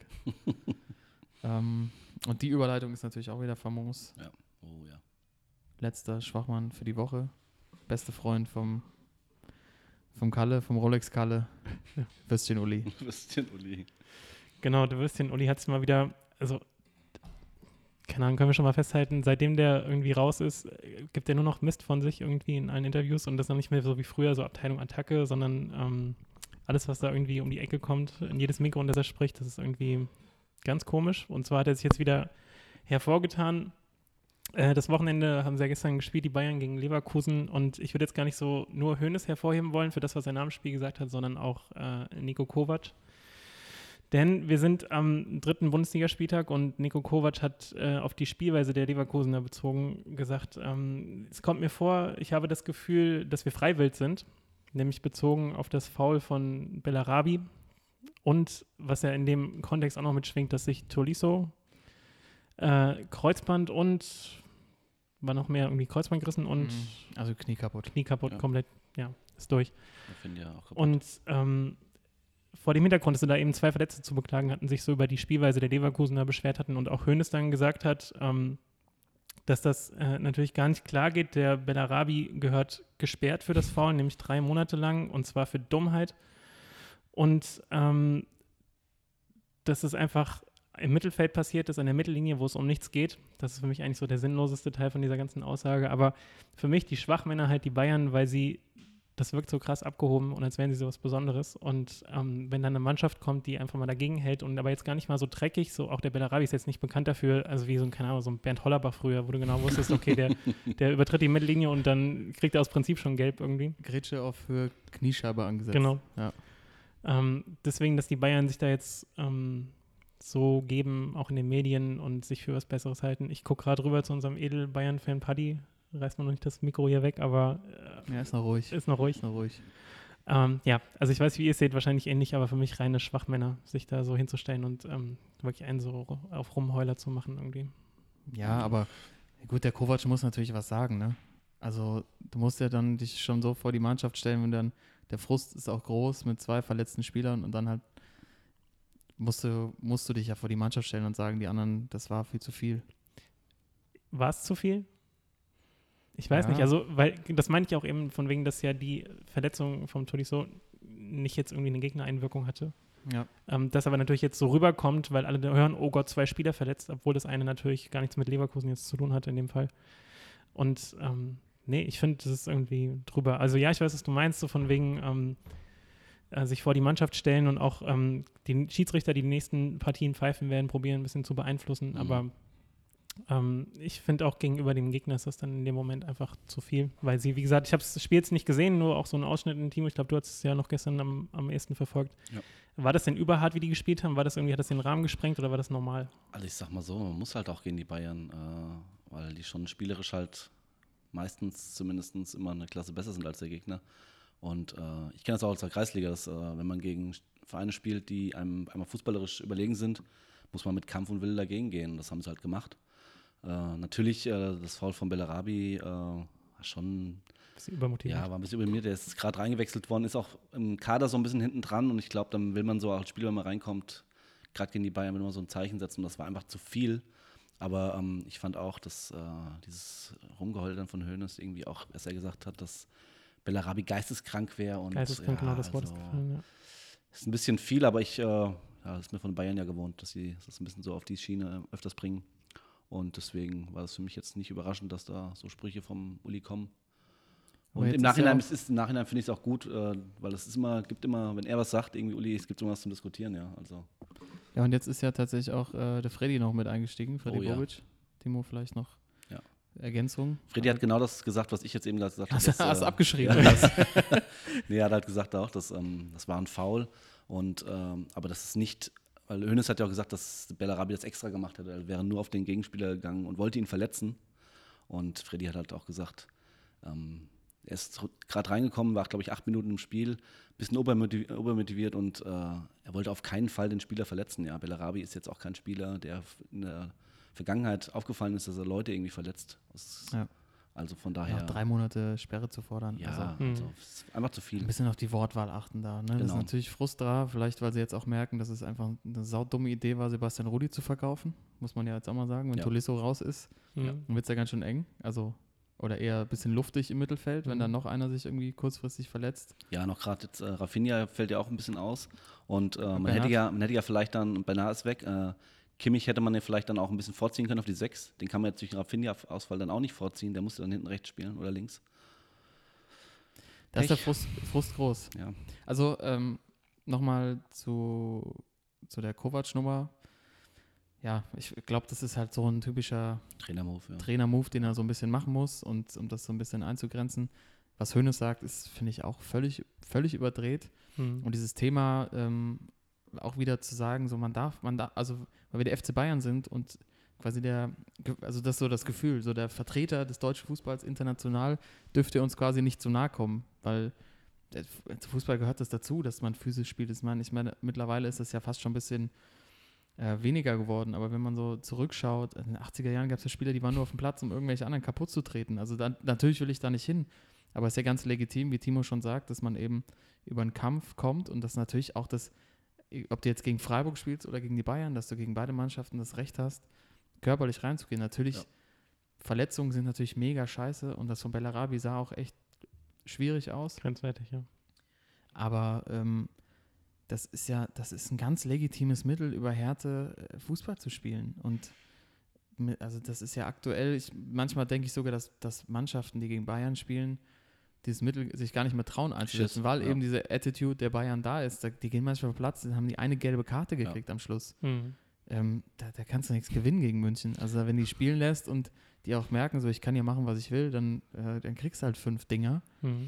Und die Überleitung ist natürlich auch wieder famos. Ja. Oh ja. Letzter Schwachmann für die Woche. Beste Freund vom Kalle, vom Rolex-Kalle. Würstchen Uli. Würstchen Uli. Genau, der Würstchen Uli hat es mal wieder, also keine Ahnung, können wir schon mal festhalten, seitdem der irgendwie raus ist, gibt er nur noch Mist von sich irgendwie in allen Interviews und das ist noch nicht mehr so wie früher, so Abteilung Attacke, sondern alles, was da irgendwie um die Ecke kommt, in jedes Mikro, in das er spricht, das ist irgendwie ganz komisch. Und zwar hat er sich jetzt wieder hervorgetan. Das Wochenende haben sie ja gestern gespielt, die Bayern gegen Leverkusen und ich würde jetzt gar nicht so nur Hoeneß hervorheben wollen für das, was er nach dem Spiel gesagt hat, sondern auch Niko Kovac. Denn wir sind am 3. Bundesligaspieltag und Niko Kovac hat auf die Spielweise der Leverkusener bezogen gesagt, es kommt mir vor, ich habe das Gefühl, dass wir freiwillig sind, nämlich bezogen auf das Foul von Bellarabi und was ja in dem Kontext auch noch mitschwingt, dass sich Tolisso Kreuzband und war noch mehr irgendwie Kreuzband gerissen und also Knie kaputt. Ja. Komplett, ja, ist durch. Ich finde ja auch kaputt. Und vor dem Hintergrund, dass sie da eben 2 Verletzte zu beklagen hatten, sich so über die Spielweise der Leverkusener beschwert hatten und auch Hoeneß dann gesagt hat, dass das natürlich gar nicht klar geht. Der Bellarabi gehört gesperrt für das Foul, nämlich 3 Monate lang und zwar für Dummheit. Und dass es einfach im Mittelfeld passiert ist, an der Mittellinie, wo es um nichts geht. Das ist für mich eigentlich so der sinnloseste Teil von dieser ganzen Aussage. Aber für mich die Schwachmänner halt die Bayern, weil das wirkt so krass abgehoben und als wären sie sowas Besonderes. Und wenn dann eine Mannschaft kommt, die einfach mal dagegen hält und aber jetzt gar nicht mal so dreckig, so auch der Bellarabi ist jetzt nicht bekannt dafür, also wie so ein Bernd Hollerbach früher, wo du genau wusstest, okay, der übertritt die Mittellinie und dann kriegt er aus Prinzip schon gelb irgendwie. Grätsche auf Höhe Kniescheibe angesetzt. Genau. Ja. Deswegen, dass die Bayern sich da jetzt so geben, auch in den Medien und sich für was Besseres halten. Ich gucke gerade rüber zu unserem Edel-Bayern-Fan Paddy. Reißt man noch nicht das Mikro hier weg, aber ja, ist noch ruhig. Ist noch ruhig. Ja, also ich weiß, wie ihr es seht, wahrscheinlich ähnlich, aber für mich reine Schwachmänner, sich da so hinzustellen und wirklich einen so auf Rumheuler zu machen irgendwie. Ja, aber gut, der Kovac muss natürlich was sagen, ne? Also du musst ja dann dich schon so vor die Mannschaft stellen, wenn dann der Frust ist auch groß mit 2 verletzten Spielern und dann halt musst du dich ja vor die Mannschaft stellen und sagen, die anderen, das war viel zu viel. War es zu viel? Ich weiß nicht, also, weil das meine ich auch eben von wegen, dass ja die Verletzung vom Tolisso nicht jetzt irgendwie eine Gegnereinwirkung hatte. Ja. Das aber natürlich jetzt so rüberkommt, weil alle hören, oh Gott, 2 Spieler verletzt, obwohl das eine natürlich gar nichts mit Leverkusen jetzt zu tun hatte in dem Fall. Und nee, ich finde, das ist irgendwie drüber. Also ja, ich weiß, was du meinst, so von wegen sich vor die Mannschaft stellen und auch die Schiedsrichter, die nächsten Partien pfeifen werden, probieren ein bisschen zu beeinflussen, aber ich finde auch gegenüber dem Gegner ist das dann in dem Moment einfach zu viel, weil sie, wie gesagt, ich habe das Spiel jetzt nicht gesehen, nur auch so einen Ausschnitt im Team. Ich glaube, du hast es ja noch gestern am ehesten verfolgt. Ja. War das denn überhart, wie die gespielt haben? Hat das den Rahmen gesprengt oder war das normal? Also ich sag mal so, man muss halt auch gegen die Bayern, weil die schon spielerisch halt meistens zumindest immer eine Klasse besser sind als der Gegner. Und ich kenne das auch aus der Kreisliga, dass wenn man gegen Vereine spielt, die einem einmal fußballerisch überlegen sind, muss man mit Kampf und Wille dagegen gehen. Das haben sie halt gemacht. Natürlich, das Foul von Bellarabi schon bisschen übermotiviert. Ja, war ein bisschen übermotiviert. Der ist gerade reingewechselt worden, ist auch im Kader so ein bisschen hinten dran und ich glaube, dann will man so als Spieler, wenn man reinkommt, gerade gegen die Bayern, will man so ein Zeichen setzen und das war einfach zu viel. Aber ich fand auch, dass dieses Rumgeheul dann von Hoeneß irgendwie auch, was er gesagt hat, dass Bellarabi geisteskrank wäre. Geisteskrank, genau, das Wort ist gefallen, ja. Ist ein bisschen viel, aber das ist mir von Bayern ja gewohnt, dass sie das ein bisschen so auf die Schiene öfters bringen. Und deswegen war das für mich jetzt nicht überraschend, dass da so Sprüche vom Uli kommen. Und im Nachhinein finde ich es auch gut, weil es gibt immer, wenn er was sagt, irgendwie Uli, es gibt irgendwas zum Diskutieren, ja. Also. Ja, und jetzt ist ja tatsächlich auch der Freddy noch mit eingestiegen, Freddy Bobic. Ja. Timo, vielleicht noch Ergänzung? Freddy hat genau das gesagt, was ich jetzt eben gesagt habe. Hast du abgeschrieben? Ja. Nee, er hat halt gesagt auch, das war ein Foul. Aber das ist nicht, weil Hoeneß hat ja auch gesagt, dass Bellarabi das extra gemacht hätte. Er wäre nur auf den Gegenspieler gegangen und wollte ihn verletzen. Und Freddy hat halt auch gesagt, er ist gerade reingekommen, war, glaube ich, 8 Minuten im Spiel, ein bisschen obermotiviert und er wollte auf keinen Fall den Spieler verletzen. Ja, Bellarabi ist jetzt auch kein Spieler, der in der Vergangenheit aufgefallen ist, dass er Leute irgendwie verletzt. Also von daher. Auch 3 Monate Sperre zu fordern. Ja, also ist einfach zu viel. Ein bisschen auf die Wortwahl achten da. Ne? Genau. Das ist natürlich Frustra, vielleicht weil sie jetzt auch merken, dass es einfach eine saudumme Idee war, Sebastian Rudi zu verkaufen. Muss man ja jetzt auch mal sagen, wenn Tolisso raus ist, dann wird es ja ganz schön eng. Also oder eher ein bisschen luftig im Mittelfeld, wenn dann noch einer sich irgendwie kurzfristig verletzt. Ja, noch gerade jetzt Rafinha fällt ja auch ein bisschen aus. Und man hätte ja vielleicht dann, Bernard ist weg, Kimmich hätte man ja vielleicht dann auch ein bisschen vorziehen können auf die 6. Den kann man jetzt durch den Rafinha-Ausfall dann auch nicht vorziehen. Der musste dann hinten rechts spielen oder links. Da ist der Frust groß. Ja. Also nochmal zu der Kovac-Nummer. Ja, ich glaube, das ist halt so ein typischer Trainer-Move, den er so ein bisschen machen muss, und um das so ein bisschen einzugrenzen. Was Hoeneß sagt, ist, finde ich, auch völlig überdreht. Und dieses Thema auch wieder zu sagen, so man darf, also weil wir der FC Bayern sind und quasi also das ist so das Gefühl, so der Vertreter des deutschen Fußballs international dürfte uns quasi nicht zu nahe kommen, weil zu Fußball gehört das dazu, dass man physisch spielt. Ich meine, mittlerweile ist das ja fast schon ein bisschen weniger geworden, aber wenn man so zurückschaut, in den 80er Jahren gab es ja Spieler, die waren nur auf dem Platz, um irgendwelche anderen kaputt zu treten. Also natürlich will ich da nicht hin, aber es ist ja ganz legitim, wie Timo schon sagt, dass man eben über einen Kampf kommt und dass natürlich auch das, ob du jetzt gegen Freiburg spielst oder gegen die Bayern, dass du gegen beide Mannschaften das Recht hast, körperlich reinzugehen. Natürlich, Verletzungen sind natürlich mega scheiße und das von Bellarabi sah auch echt schwierig aus. Grenzwertig, ja. Aber das ist ein ganz legitimes Mittel, über Härte Fußball zu spielen. Und also das ist ja aktuell, manchmal denke ich sogar, dass Mannschaften, die gegen Bayern spielen, dieses Mittel sich gar nicht mehr trauen einzusetzen, weil eben diese Attitude der Bayern da ist. Die gehen manchmal auf den Platz, dann haben die eine gelbe Karte gekriegt am Schluss. Da kannst du nichts gewinnen gegen München. Also wenn die spielen lässt und die auch merken, so ich kann hier machen, was ich will, dann kriegst du halt 5 Dinger.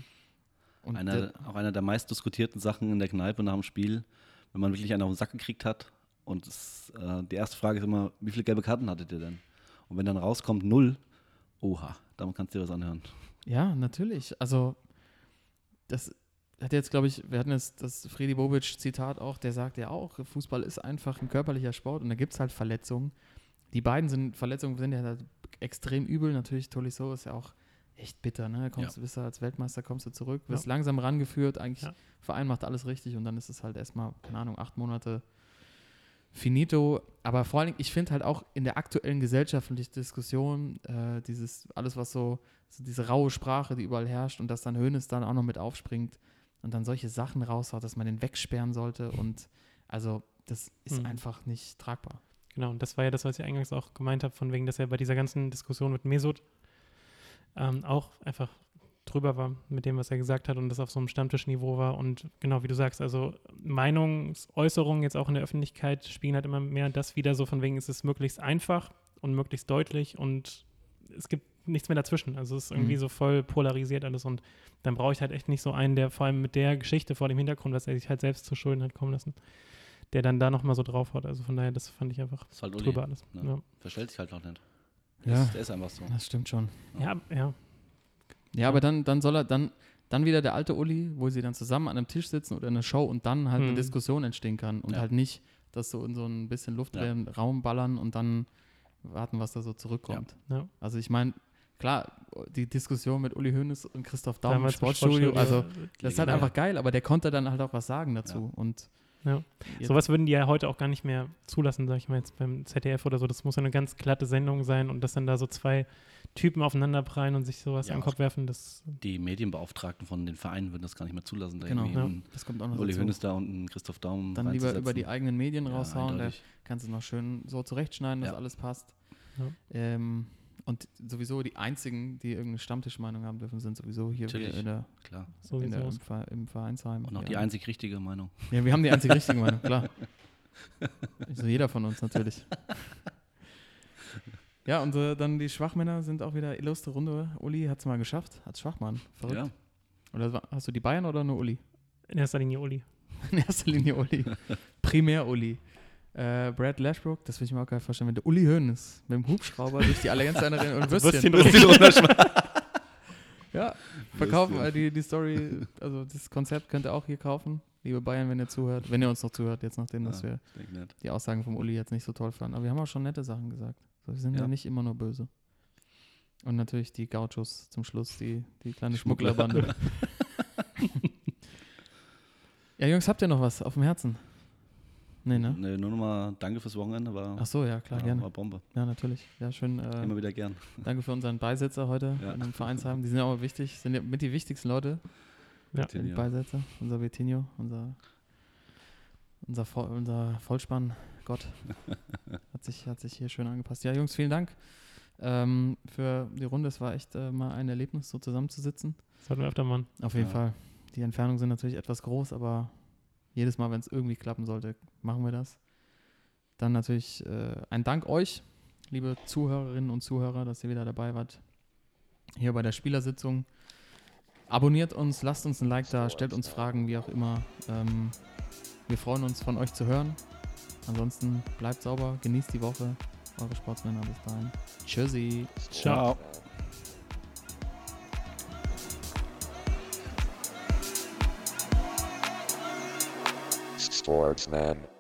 Und auch einer der meist diskutierten Sachen in der Kneipe nach dem Spiel, wenn man wirklich einen auf den Sack gekriegt hat. Und die erste Frage ist immer, wie viele gelbe Karten hattet ihr denn? Und wenn dann rauskommt 0, oha, dann kannst du dir was anhören. Ja, natürlich. Also das hat jetzt, glaube ich, wir hatten jetzt das Freddy Bobic-Zitat auch, der sagt ja auch, Fußball ist einfach ein körperlicher Sport und da gibt es halt Verletzungen. Die beiden Verletzungen sind ja halt extrem übel. Natürlich, Tolisso ist ja auch echt bitter, ne? Bist du als Weltmeister, kommst du zurück, wirst langsam rangeführt, eigentlich Verein macht alles richtig und dann ist es halt erstmal, keine Ahnung, 8 Monate finito. Aber vor allen Dingen, ich finde halt auch in der aktuellen gesellschaftlichen Diskussion dieses, alles was so diese raue Sprache, die überall herrscht und dass dann Hoeneß dann auch noch mit aufspringt und dann solche Sachen raushaut, dass man den wegsperren sollte und also das ist einfach nicht tragbar. Genau, und das war ja das, was ich eingangs auch gemeint habe, von wegen, dass er bei dieser ganzen Diskussion mit Mesut auch einfach drüber war mit dem, was er gesagt hat und das auf so einem Stammtischniveau war und genau, wie du sagst, also Meinungsäußerungen jetzt auch in der Öffentlichkeit spielen halt immer mehr das wieder so von wegen, es ist möglichst einfach und möglichst deutlich und es gibt nichts mehr dazwischen, also es ist irgendwie so voll polarisiert alles und dann brauche ich halt echt nicht so einen, der vor allem mit der Geschichte vor dem Hintergrund, was er sich halt selbst zu Schulden hat kommen lassen, der dann da nochmal so draufhaut, also von daher, das fand ich einfach halt drüber alles. Ne? Ja. Verstellt sich halt auch nicht. Ja. Der ist einfach so. Das stimmt schon. Ja, aber dann soll er dann wieder der alte Uli, wo sie dann zusammen an einem Tisch sitzen oder in einer Show und dann halt eine Diskussion entstehen kann und halt nicht, dass so in so ein bisschen luftleeren Raum ballern und dann warten, was da so zurückkommt. Ja. Also ich meine, klar, die Diskussion mit Uli Hoeneß und Christoph Daum im Damals Sportstudio, also das ist halt Ja. einfach geil, aber der konnte dann halt auch was sagen dazu und Ja. Sowas würden die ja heute auch gar nicht mehr zulassen, sag ich mal jetzt beim ZDF oder so. Das muss ja eine ganz glatte Sendung sein und dass dann da so zwei Typen aufeinander prallen und sich sowas an den Kopf werfen, das... Die Medienbeauftragten von den Vereinen würden das gar nicht mehr zulassen. Da genau, irgendwie das kommt auch noch Uli dazu. Hoeneß da und einen Christoph Daum Dann lieber über die eigenen Medien raushauen, da eindeutig. kannst du noch schön so zurechtschneiden, dass alles passt. Ja. Und sowieso die einzigen, die irgendeine Stammtischmeinung haben dürfen, sind sowieso hier Klar. So sieht's aus. im Vereinsheim. Und auch die einzig richtige Meinung. Ja, wir haben die einzig richtige Meinung, klar. Also jeder von uns natürlich. Ja, und dann die Schwachmänner sind auch wieder illustre Runde. Uli hat es mal geschafft, als Schwachmann. Verrückt. Ja. Oder hast du die Bayern oder nur Uli? In erster Linie Uli. In erster Linie Uli. Primär Uli. Brad Lashbrook, das will ich mir auch gar nicht vorstellen, wenn der Uli Hoeneß mit dem Hubschrauber durch die Allianz Arena und Würstchen ja, verkaufen die Story, also das Konzept könnt ihr auch hier kaufen. Liebe Bayern, wenn ihr zuhört, wenn ihr uns noch zuhört, jetzt nachdem, dass wir die Aussagen vom Uli jetzt nicht so toll fanden. Aber wir haben auch schon nette Sachen gesagt. So, wir sind ja nicht immer nur böse. Und natürlich die Gauchos zum Schluss, die kleine Schmugglerbande. Ja, Jungs, habt ihr noch was auf dem Herzen? Nee, ne? Nee, nur nochmal danke fürs Wochenende. Ach so, ja, klar, gerne. War Bombe. Ja, natürlich. Ja, schön. Immer wieder gern. Danke für unseren Beisitzer heute in dem Vereinsheim. Die sind ja auch wichtig, sind ja mit die wichtigsten Leute. Ja. Die Beisitzer. Unser Vitinho, unser Vollspann-Gott hat sich hier schön angepasst. Ja, Jungs, vielen Dank für die Runde. Es war echt mal ein Erlebnis, so zusammenzusitzen. Sollten wir öfter machen. Auf jeden Fall. Die Entfernungen sind natürlich etwas groß, aber jedes Mal, wenn es irgendwie klappen sollte, machen wir das. Dann natürlich ein Dank euch, liebe Zuhörerinnen und Zuhörer, dass ihr wieder dabei wart. Hier bei der Spielersitzung. Abonniert uns, lasst uns ein Like da, stellt uns Fragen, wie auch immer. Wir freuen uns, von euch zu hören. Ansonsten bleibt sauber, genießt die Woche. Eure Sportsmänner bis dahin. Tschüssi. Ciao. Sportsman.